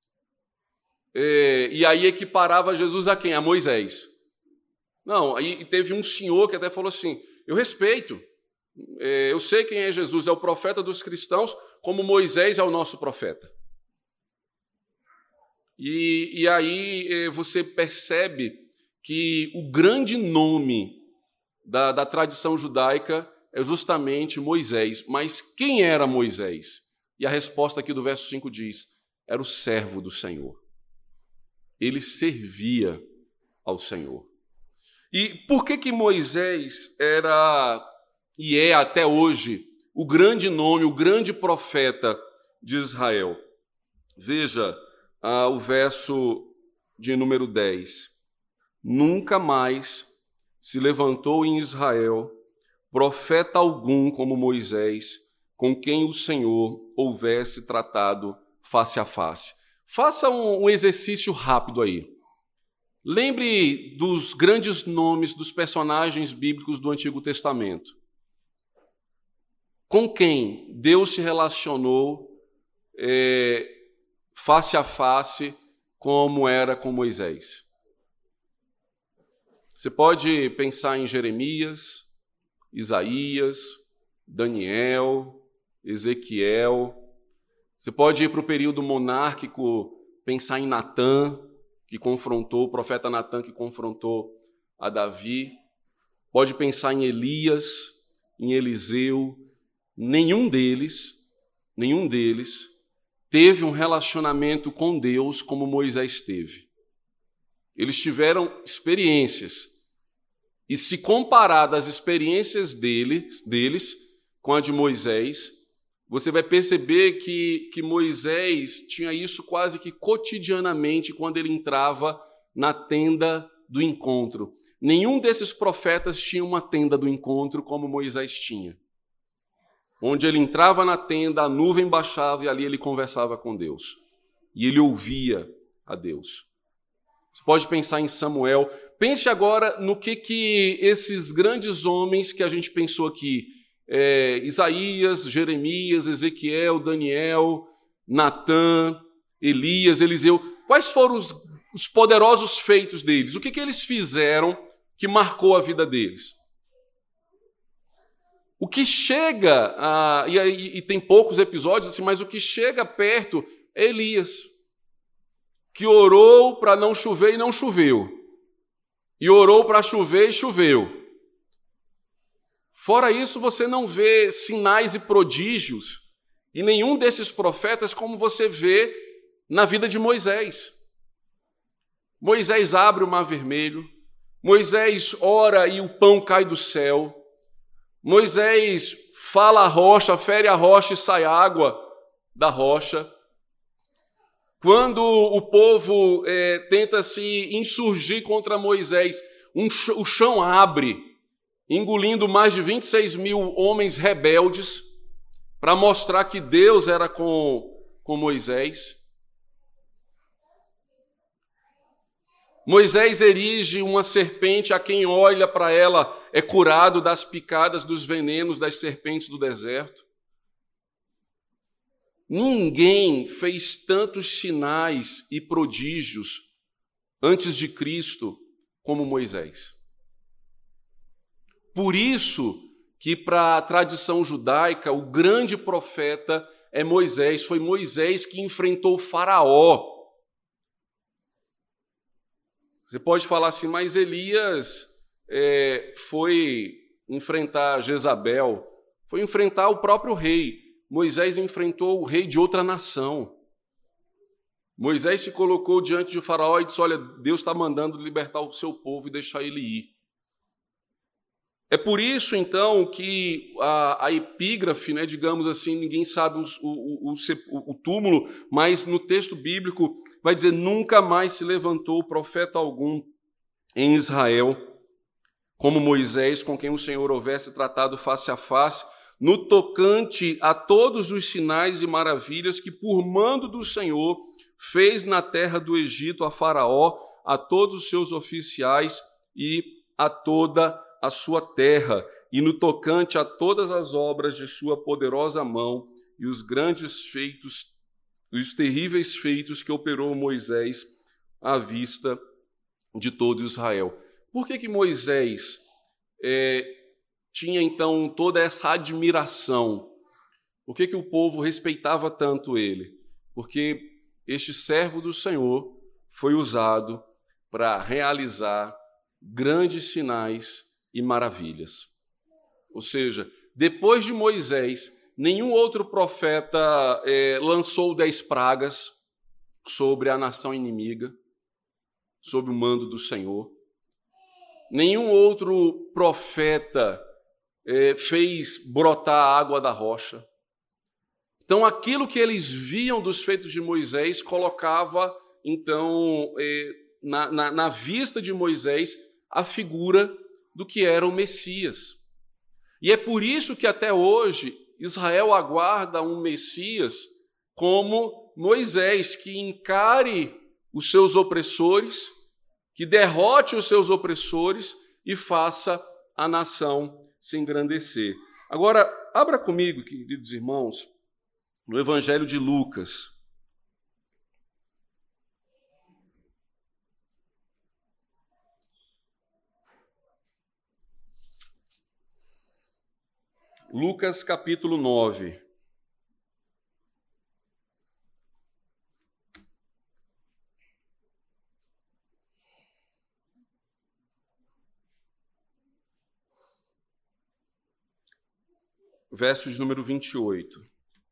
É, e aí equiparava Jesus a quem? A Moisés. Não, aí teve um senhor que até falou assim, eu respeito, é, eu sei quem é Jesus, é o profeta dos cristãos, como Moisés é o nosso profeta. E, e aí é, você percebe que o grande nome da, da tradição judaica é justamente Moisés. Mas quem era Moisés? E a resposta aqui do verso cinco diz, era o servo do Senhor. Ele servia ao Senhor. E por que que Moisés era, e é até hoje, o grande nome, o grande profeta de Israel? Veja ah, o verso de número dez. Nunca mais se levantou em Israel profeta algum como Moisés, com quem o Senhor houvesse tratado face a face. Faça um, um exercício rápido aí. Lembre dos grandes nomes dos personagens bíblicos do Antigo Testamento. Com quem Deus se relacionou é, face a face como era com Moisés? Você pode pensar em Jeremias, Isaías, Daniel, Ezequiel. Você pode ir para o período monárquico, pensar em Natã, que confrontou, o profeta Natã que confrontou a Davi. Pode pensar em Elias, em Eliseu. Nenhum deles, nenhum deles teve um relacionamento com Deus como Moisés teve. Eles tiveram experiências. E se comparar das experiências deles, deles com a de Moisés, você vai perceber que, que Moisés tinha isso quase que cotidianamente quando ele entrava na tenda do encontro. Nenhum desses profetas tinha uma tenda do encontro como Moisés tinha. onde ele entrava na tenda, a nuvem baixava e ali ele conversava com Deus. E ele ouvia a Deus. Você pode pensar em Samuel. Pense agora no que, que esses grandes homens que a gente pensou aqui, é, Isaías, Jeremias, Ezequiel, Daniel, Natã, Elias, Eliseu, quais foram os, os poderosos feitos deles? O que, que eles fizeram que marcou a vida deles? O que chega, a, e, e, e tem poucos episódios assim, mas o que chega perto é Elias, que orou para não chover e não choveu, e orou para chover e choveu. Fora isso, você não vê sinais e prodígios em nenhum desses profetas como você vê na vida de Moisés. Moisés abre o mar vermelho, Moisés ora e o pão cai do céu, Moisés fala a rocha, fere a rocha e sai água da rocha. Quando o povo é, tenta se insurgir contra Moisés, um ch- o chão abre, engolindo mais de vinte e seis mil homens rebeldes, para mostrar que Deus era com, com Moisés. Moisés erige uma serpente, a quem olha para ela é curado das picadas, dos venenos das serpentes do deserto. Ninguém fez tantos sinais e prodígios antes de Cristo como Moisés. Por isso que, para a tradição judaica, o grande profeta é Moisés. Foi Moisés que enfrentou o Faraó. Você pode falar assim, mas Elias é, foi enfrentar Jezabel, foi enfrentar o próprio rei. Moisés enfrentou o rei de outra nação. Moisés se colocou diante de Faraó e disse, olha, Deus está mandando libertar o seu povo e deixar ele ir. É por isso, então, que a, a epígrafe, né, digamos assim, ninguém sabe o, o, o, o túmulo, mas no texto bíblico vai dizer, nunca mais se levantou profeta algum em Israel, como Moisés, com quem o Senhor houvesse tratado face a face, no tocante a todos os sinais e maravilhas que, por mando do Senhor, fez na terra do Egito a Faraó, a todos os seus oficiais e a toda a sua terra, e no tocante a todas as obras de sua poderosa mão e os grandes feitos, os terríveis feitos que operou Moisés à vista de todo Israel. Por que que Moisés é, tinha, então, toda essa admiração? Por que que o povo respeitava tanto ele? Porque este servo do Senhor foi usado para realizar grandes sinais e maravilhas. Ou seja, depois de Moisés, nenhum outro profeta é, lançou dez pragas sobre a nação inimiga, sob o mando do Senhor. Nenhum outro profeta é, fez brotar a água da rocha. Então, aquilo que eles viam dos feitos de Moisés colocava, então, é, na, na, na vista de Moisés, a figura do que era o Messias. E é por isso que até hoje Israel aguarda um Messias como Moisés, que encare os seus opressores, que derrote os seus opressores e faça a nação se engrandecer. Agora, abra comigo, queridos irmãos, no Evangelho de Lucas. Lucas capítulo nove. Versos número vinte e oito.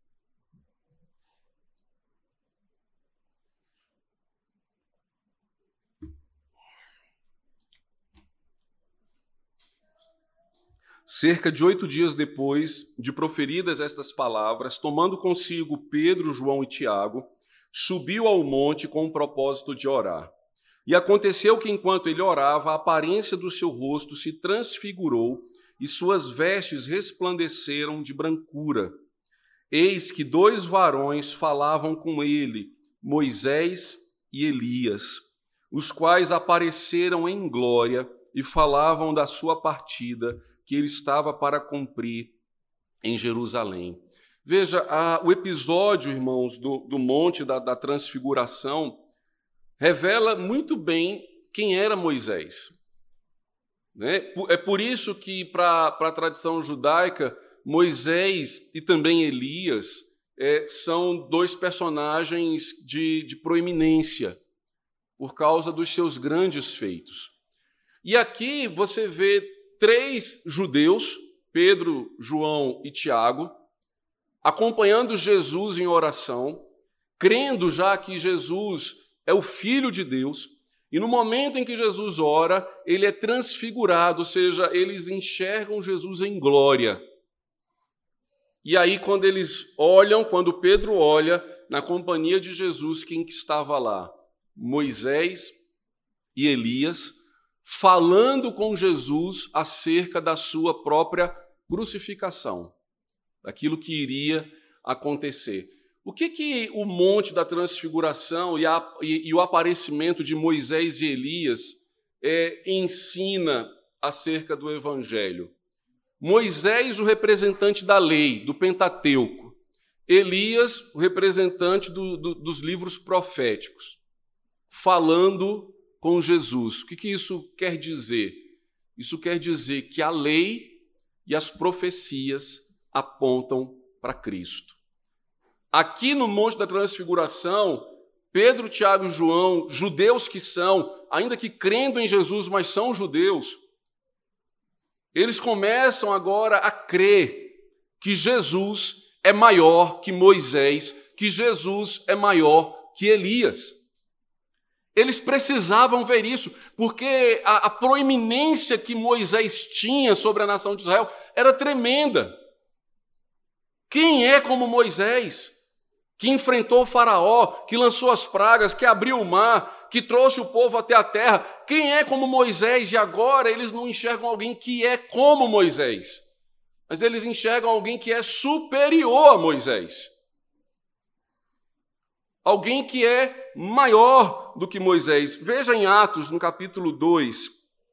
Cerca de oito dias depois de proferidas estas palavras, tomando consigo Pedro, João e Tiago, subiu ao monte com o propósito de orar. E aconteceu que, enquanto ele orava, a aparência do seu rosto se transfigurou, e suas vestes resplandeceram de brancura. Eis que dois varões falavam com ele, Moisés e Elias, os quais apareceram em glória e falavam da sua partida, que ele estava para cumprir em Jerusalém. Veja, a, o episódio, irmãos, do, do Monte da, da Transfiguração revela muito bem quem era Moisés. Né? É por isso que, para a tradição judaica, Moisés e também Elias é, são dois personagens de, de proeminência, por causa dos seus grandes feitos. E aqui você vê três judeus, Pedro, João e Tiago, acompanhando Jesus em oração, crendo já que Jesus é o Filho de Deus, e no momento em que Jesus ora, ele é transfigurado, ou seja, eles enxergam Jesus em glória. E aí, quando eles olham, quando Pedro olha, na companhia de Jesus, quem que estava lá? Moisés e Elias, falando com Jesus acerca da sua própria crucificação, daquilo que iria acontecer. O que, que o Monte da Transfiguração e, a, e, e o aparecimento de Moisés e Elias é, ensina acerca do Evangelho? Moisés, o representante da lei, do Pentateuco. Elias, o representante do, do, dos livros proféticos, falando com Jesus. O que, que isso quer dizer? Isso quer dizer que a lei e as profecias apontam para Cristo. Aqui no Monte da Transfiguração, Pedro, Tiago e João, judeus que são, ainda que crendo em Jesus, mas são judeus, eles começam agora a crer que Jesus é maior que Moisés, que Jesus é maior que Elias. Eles precisavam ver isso, porque a, a proeminência que Moisés tinha sobre a nação de Israel era tremenda. Quem é como Moisés, que enfrentou o faraó, que lançou as pragas, que abriu o mar, que trouxe o povo até a terra? Quem é como Moisés? E agora eles não enxergam alguém que é como Moisés, mas eles enxergam alguém que é superior a Moisés. Alguém que é maior do que Moisés. Veja em Atos, no capítulo dois,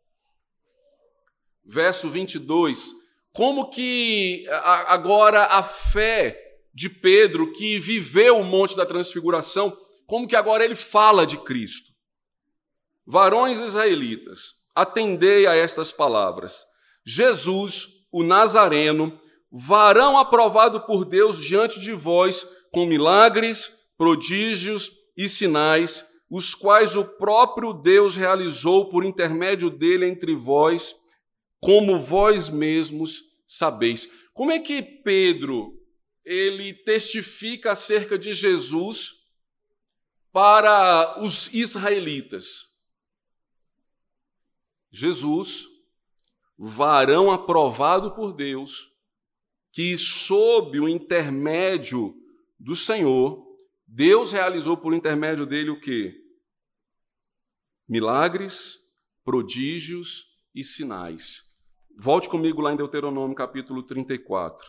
verso vinte e dois, como que agora a fé de Pedro, que viveu o Monte da Transfiguração, como que agora ele fala de Cristo. Varões israelitas, atendei a estas palavras. Jesus, o Nazareno, varão aprovado por Deus diante de vós, com milagres, prodígios e sinais, os quais o próprio Deus realizou por intermédio dele entre vós, como vós mesmos sabeis. Como é que Pedro ele testifica acerca de Jesus para os israelitas? Jesus, varão aprovado por Deus, que sob o intermédio do Senhor, Deus realizou por intermédio dele o quê? Milagres, prodígios e sinais. Volte comigo lá em Deuteronômio capítulo trinta e quatro.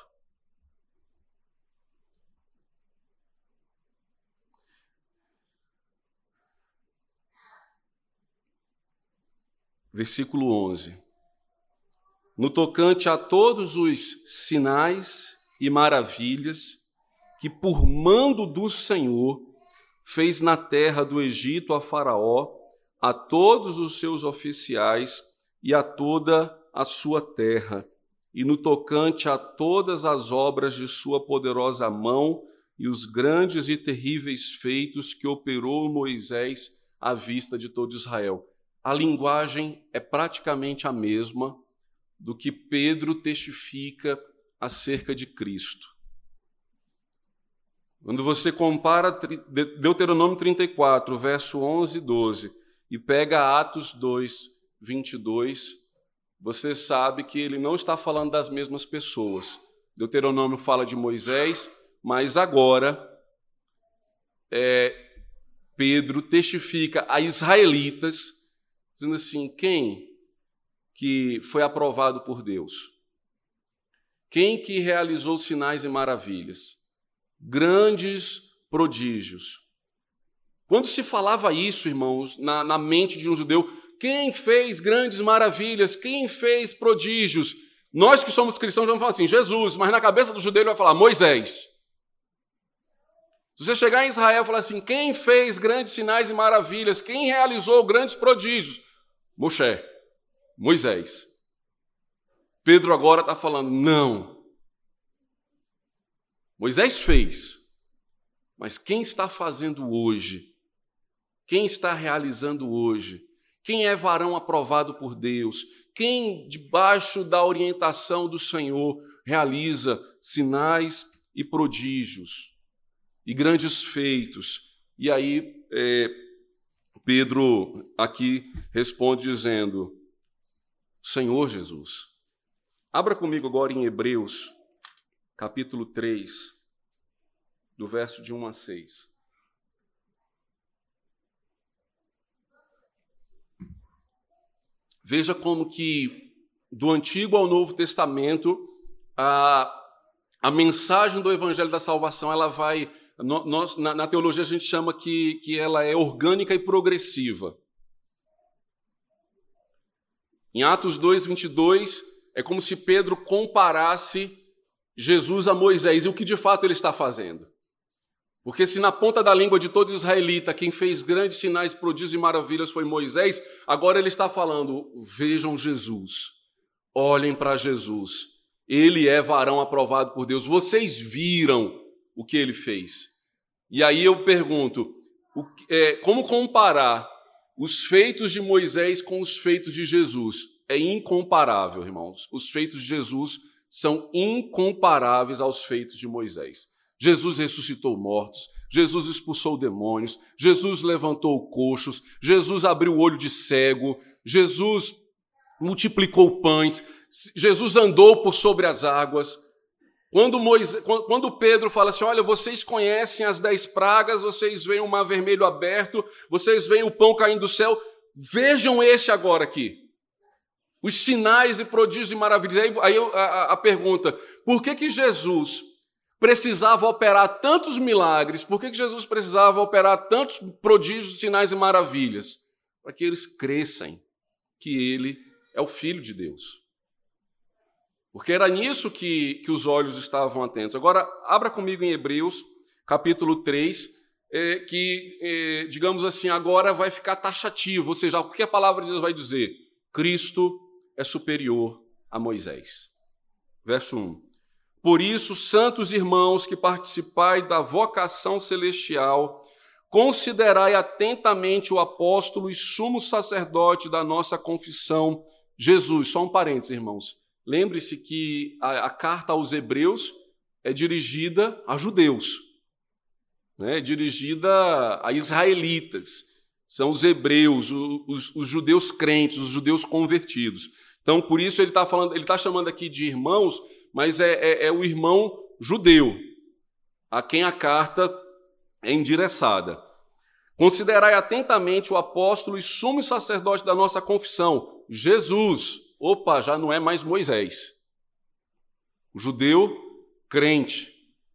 Versículo onze. No tocante a todos os sinais e maravilhas que por mando do Senhor fez na terra do Egito a Faraó, a todos os seus oficiais e a toda a sua terra, e no tocante a todas as obras de sua poderosa mão e os grandes e terríveis feitos que operou Moisés à vista de todo Israel. A linguagem é praticamente a mesma do que Pedro testifica acerca de Cristo. Quando você compara Deuteronômio trinta e quatro, verso onze e doze, e pega Atos dois, vinte e dois, você sabe que ele não está falando das mesmas pessoas. Deuteronômio fala de Moisés, mas agora é, Pedro testifica a israelitas, dizendo assim, quem que foi aprovado por Deus? Quem que realizou sinais e maravilhas? Grandes prodígios. Quando se falava isso, irmãos, na, na mente de um judeu, quem fez grandes maravilhas? Quem fez prodígios? Nós que somos cristãos vamos falar assim, Jesus, mas na cabeça do judeu ele vai falar, Moisés. Se você chegar em Israel e falar assim, quem fez grandes sinais e maravilhas? Quem realizou grandes prodígios? Moshe, Moisés. Pedro agora está falando, não. Moisés fez, mas quem está fazendo hoje? Quem está realizando hoje? Quem é varão aprovado por Deus? Quem, debaixo da orientação do Senhor, realiza sinais e prodígios e grandes feitos? E aí, é, Pedro aqui responde dizendo, Senhor Jesus. Abra comigo agora em Hebreus, capítulo três, do verso de um a seis. Veja como que, do Antigo ao Novo Testamento, a, a mensagem do Evangelho da Salvação, ela vai, nós, na, na teologia a gente chama que, que ela é orgânica e progressiva. Em Atos dois, vinte e dois, é como se Pedro comparasse Jesus a Moisés, e o que de fato ele está fazendo. Porque se na ponta da língua de todo israelita quem fez grandes sinais, prodígios e maravilhas foi Moisés, agora ele está falando, vejam Jesus, olhem para Jesus, ele é varão aprovado por Deus, vocês viram o que ele fez. E aí eu pergunto, o, é, como comparar os feitos de Moisés com os feitos de Jesus? É incomparável, irmãos, os feitos de Jesus são incomparáveis aos feitos de Moisés. Jesus ressuscitou mortos, Jesus expulsou demônios, Jesus levantou coxos, Jesus abriu o olho de cego, Jesus multiplicou pães, Jesus andou por sobre as águas. Quando, Moisés, quando Pedro fala assim, olha, vocês conhecem as dez pragas, vocês veem o mar vermelho aberto, vocês veem o pão caindo do céu, vejam esse agora aqui. Os sinais e prodígios e maravilhas. Aí, aí a, a pergunta, por que que Jesus precisava operar tantos milagres? Por que que Jesus precisava operar tantos prodígios, sinais e maravilhas? Para que eles cresçam que ele é o Filho de Deus. Porque era nisso que, que os olhos estavam atentos. Agora, abra comigo em Hebreus, capítulo três, é, que, é, digamos assim, agora vai ficar taxativo, ou seja, o que a palavra de Deus vai dizer? Cristo é superior a Moisés. Verso um. Por isso, santos irmãos que participai da vocação celestial, considerai atentamente o apóstolo e sumo sacerdote da nossa confissão, Jesus. Só um parênteses, irmãos. Lembre-se que a, a carta aos Hebreus é dirigida a judeus, né? É dirigida a israelitas. São os hebreus, os, os judeus crentes, os judeus convertidos. Então, por isso ele está falando, ele está chamando aqui de irmãos, mas é, é, é o irmão judeu, a quem a carta é endereçada. Considerai atentamente o apóstolo e sumo sacerdote da nossa confissão, Jesus. Opa, já não é mais Moisés. O judeu crente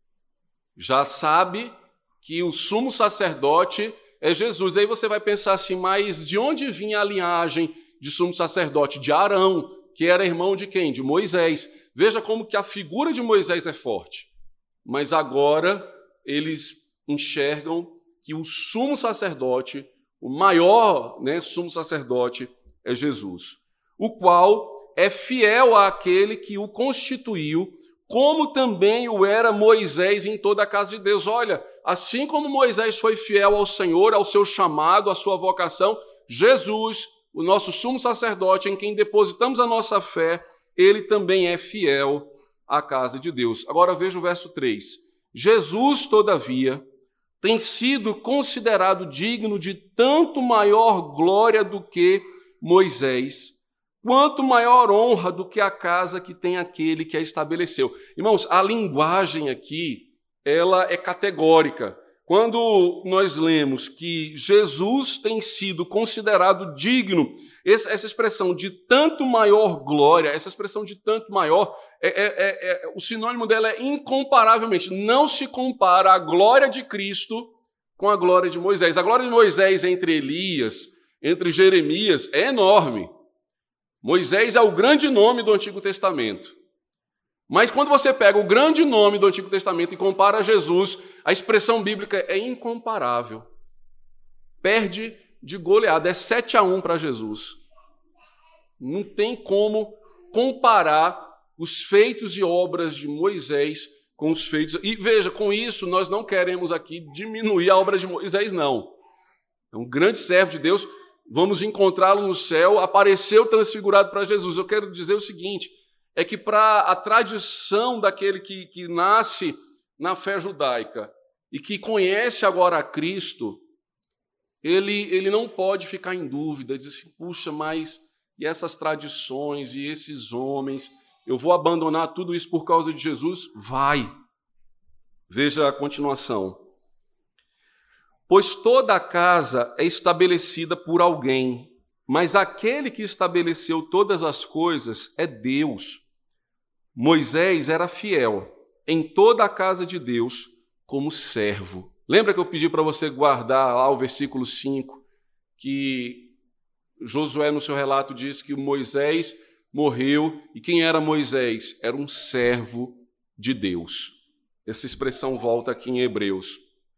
já sabe que o sumo sacerdote é Jesus. Aí você vai pensar assim, mas de onde vinha a linhagem de sumo sacerdote? De Arão, que era irmão de quem? De Moisés. Veja como que a figura de Moisés é forte. Mas agora eles enxergam que o sumo sacerdote, o maior, né, sumo sacerdote é Jesus, o qual é fiel àquele que o constituiu, como também o era Moisés em toda a casa de Deus. Olha, assim como Moisés foi fiel ao Senhor, ao seu chamado, à sua vocação, Jesus, o nosso sumo sacerdote, em quem depositamos a nossa fé, ele também é fiel à casa de Deus. Agora veja o verso três. Jesus, todavia, tem sido considerado digno de tanto maior glória do que Moisés, quanto maior honra do que a casa que tem aquele que a estabeleceu. Irmãos, a linguagem aqui, ela é categórica. Quando nós lemos que Jesus tem sido considerado digno, essa expressão de tanto maior glória, essa expressão de tanto maior, É, é, é, o sinônimo dela é incomparavelmente. Não se compara a glória de Cristo com a glória de Moisés. A glória de Moisés entre Elias, entre Jeremias, é enorme. Moisés é o grande nome do Antigo Testamento. Mas quando você pega o grande nome do Antigo Testamento e compara a Jesus, a expressão bíblica é incomparável. Perde de goleada, é sete a um para Jesus. Não tem como comparar os feitos e obras de Moisés com os feitos... E veja, com isso nós não queremos aqui diminuir a obra de Moisés, não. É um grande servo de Deus, vamos encontrá-lo no céu, apareceu transfigurado para Jesus. Eu quero dizer o seguinte, é que para a tradição daquele que, que nasce na fé judaica e que conhece agora a Cristo, ele, ele não pode ficar em dúvida, dizer assim, puxa, mas e essas tradições e esses homens, eu vou abandonar tudo isso por causa de Jesus? Vai. Veja a continuação. Pois toda a casa é estabelecida por alguém, mas aquele que estabeleceu todas as coisas é Deus. Moisés era fiel em toda a casa de Deus como servo. Lembra que eu pedi para você guardar lá o versículo cinco, que Josué, no seu relato, diz que Moisés morreu, e quem era Moisés? Era um servo de Deus. Essa expressão volta aqui em Hebreus.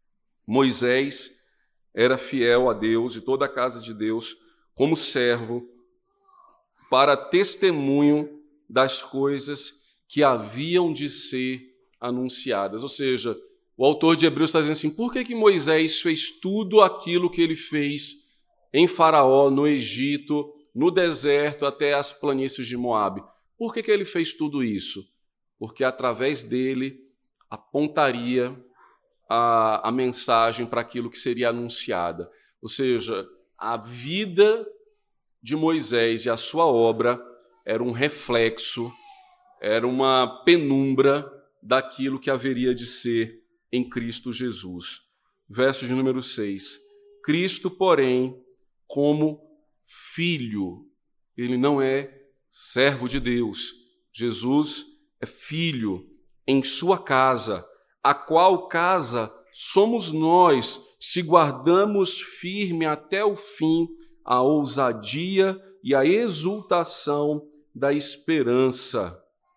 Moisés era fiel a Deus e toda a casa de Deus como servo para testemunho das coisas que haviam de ser anunciadas. Ou seja, o autor de Hebreus está dizendo assim, por que que Moisés fez tudo aquilo que ele fez em Faraó, no Egito, no deserto, até as planícies de Moabe? Por que que ele fez tudo isso? Porque através dele apontaria a, a mensagem para aquilo que seria anunciada. Ou seja, a vida de Moisés e a sua obra era um reflexo, era uma penumbra daquilo que haveria de ser em Cristo Jesus. Verso de número seis. Cristo, porém, como filho, ele não é servo de Deus. Jesus é filho em sua casa, a qual casa somos nós, se guardamos firme até o fim a ousadia e a exultação da esperança.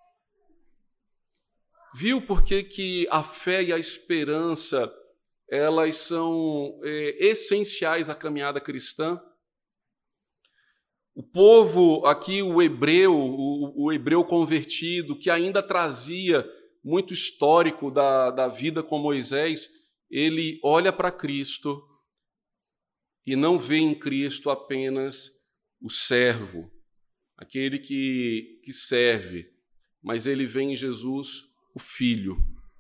Viu por que que a fé e a esperança, elas são é, essenciais à caminhada cristã? O povo aqui, o hebreu, o, o hebreu convertido, que ainda trazia muito histórico da, da vida com Moisés, ele olha para Cristo e não vê em Cristo apenas o servo, aquele que, que serve, mas ele vê em Jesus o Filho,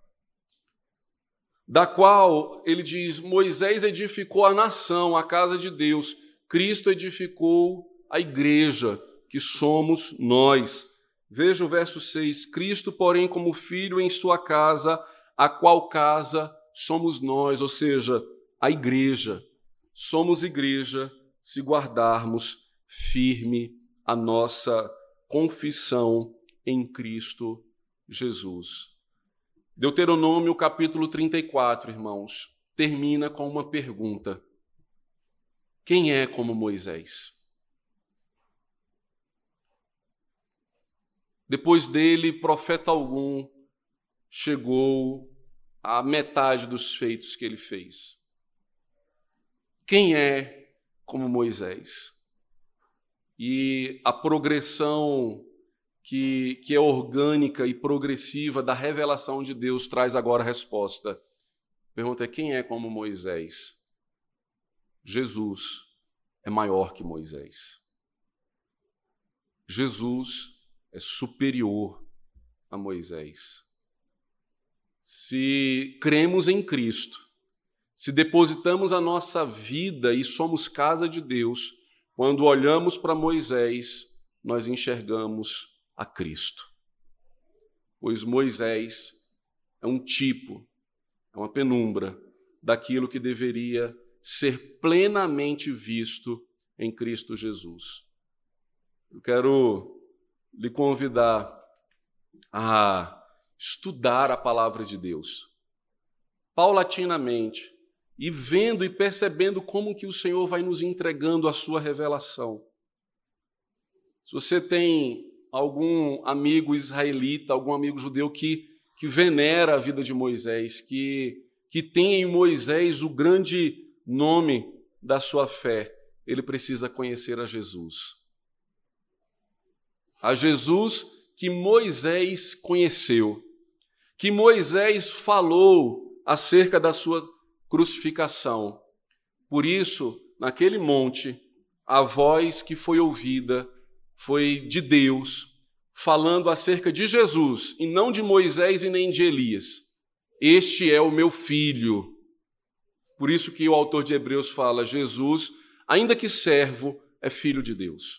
da qual ele diz, Moisés edificou a nação, a casa de Deus, Cristo edificou a igreja, que somos nós. Veja o verso seis, Cristo, porém, como filho em sua casa, a qual casa somos nós, ou seja, a igreja. Somos igreja se guardarmos firme a nossa confissão em Cristo Jesus. Deuteronômio capítulo trinta e quatro, irmãos, termina com uma pergunta. Quem é como Moisés? Depois dele, profeta algum chegou à metade dos feitos que ele fez. Quem é como Moisés? E a progressão que, que é orgânica e progressiva da revelação de Deus traz agora a resposta. A pergunta é, quem é como Moisés? Jesus é maior que Moisés. Jesus é superior a Moisés. Se cremos em Cristo, se depositamos a nossa vida e somos casa de Deus, quando olhamos para Moisés, nós enxergamos a Cristo. Pois Moisés é um tipo, é uma penumbra daquilo que deveria ser plenamente visto em Cristo Jesus. Eu quero lhe convidar a estudar a palavra de Deus, paulatinamente, e vendo e percebendo como que o Senhor vai nos entregando a sua revelação. Se você tem algum amigo israelita, algum amigo judeu que, que venera a vida de Moisés, que, que tem em Moisés o grande nome da sua fé, ele precisa conhecer a Jesus. A Jesus que Moisés conheceu, que Moisés falou acerca da sua crucificação. Por isso, naquele monte, a voz que foi ouvida foi de Deus, falando acerca de Jesus, e não de Moisés e nem de Elias. Este é o meu filho. Por isso que o autor de Hebreus fala, Jesus, ainda que servo, é filho de Deus.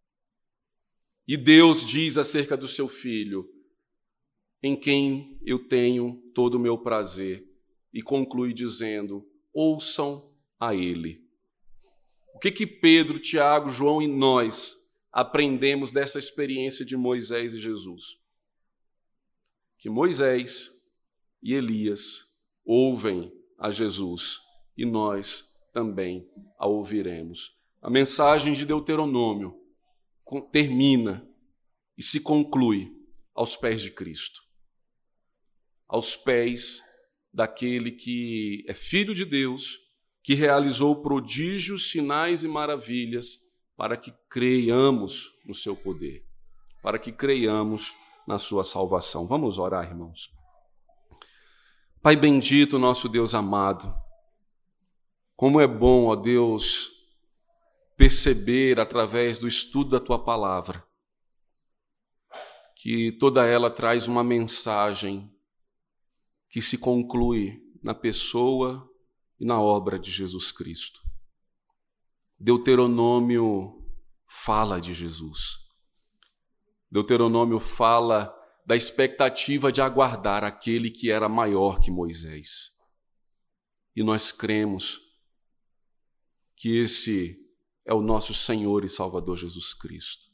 E Deus diz acerca do seu filho, em quem eu tenho todo o meu prazer, e conclui dizendo, ouçam a ele. O que que Pedro, Tiago, João e nós aprendemos dessa experiência de Moisés e Jesus? Que Moisés e Elias ouvem a Jesus e nós também a ouviremos. A mensagem de Deuteronômio termina e se conclui aos pés de Cristo, aos pés daquele que é filho de Deus, que realizou prodígios, sinais e maravilhas para que creiamos no seu poder, para que creiamos na sua salvação. Vamos orar, irmãos. Pai bendito, nosso Deus amado, como é bom, ó Deus, perceber através do estudo da Tua palavra que toda ela traz uma mensagem que se conclui na pessoa e na obra de Jesus Cristo. Deuteronômio fala de Jesus. Deuteronômio fala da expectativa de aguardar aquele que era maior que Moisés. E nós cremos que esse é o nosso Senhor e Salvador Jesus Cristo.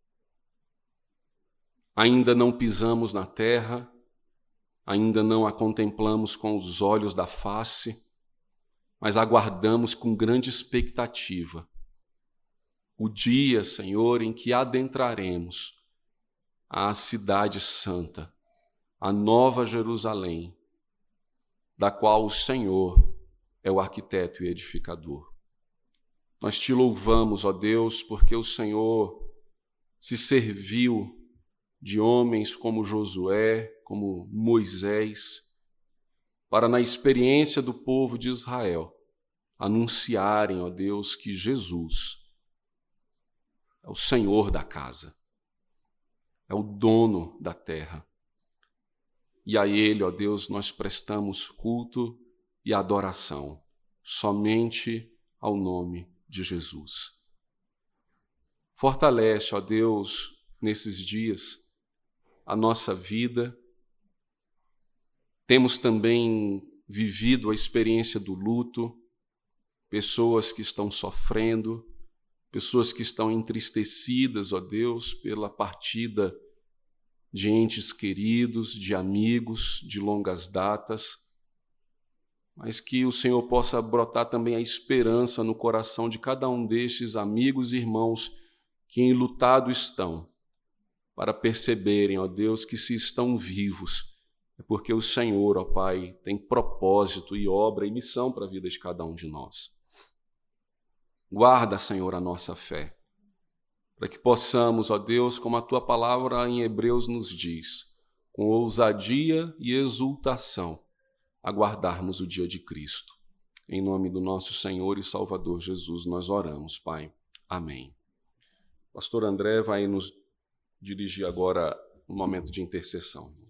Ainda não pisamos na terra, ainda não a contemplamos com os olhos da face, mas aguardamos com grande expectativa o dia, Senhor, em que adentraremos a cidade santa, a nova Jerusalém, da qual o Senhor é o arquiteto e edificador. Nós te louvamos, ó Deus, porque o Senhor se serviu de homens como Josué, como Moisés, para, na experiência do povo de Israel, anunciarem, ó Deus, que Jesus é o Senhor da casa, é o dono da terra. E a Ele, ó Deus, nós prestamos culto e adoração, somente ao nome de Jesus. Fortalece, ó Deus, nesses dias, a nossa vida. Temos também vivido a experiência do luto, pessoas que estão sofrendo, pessoas que estão entristecidas, ó Deus, pela partida de entes queridos, de amigos de longas datas, mas que o Senhor possa brotar também a esperança no coração de cada um destes amigos e irmãos que enlutado estão, para perceberem, ó Deus, que se estão vivos, é porque o Senhor, ó Pai, tem propósito e obra e missão para a vida de cada um de nós. Guarda, Senhor, a nossa fé, para que possamos, ó Deus, como a Tua palavra em Hebreus nos diz, com ousadia e exultação, aguardarmos o dia de Cristo. Em nome do nosso Senhor e Salvador Jesus, nós oramos, Pai. Amém. Pastor André vai nos dirigir agora um momento de intercessão.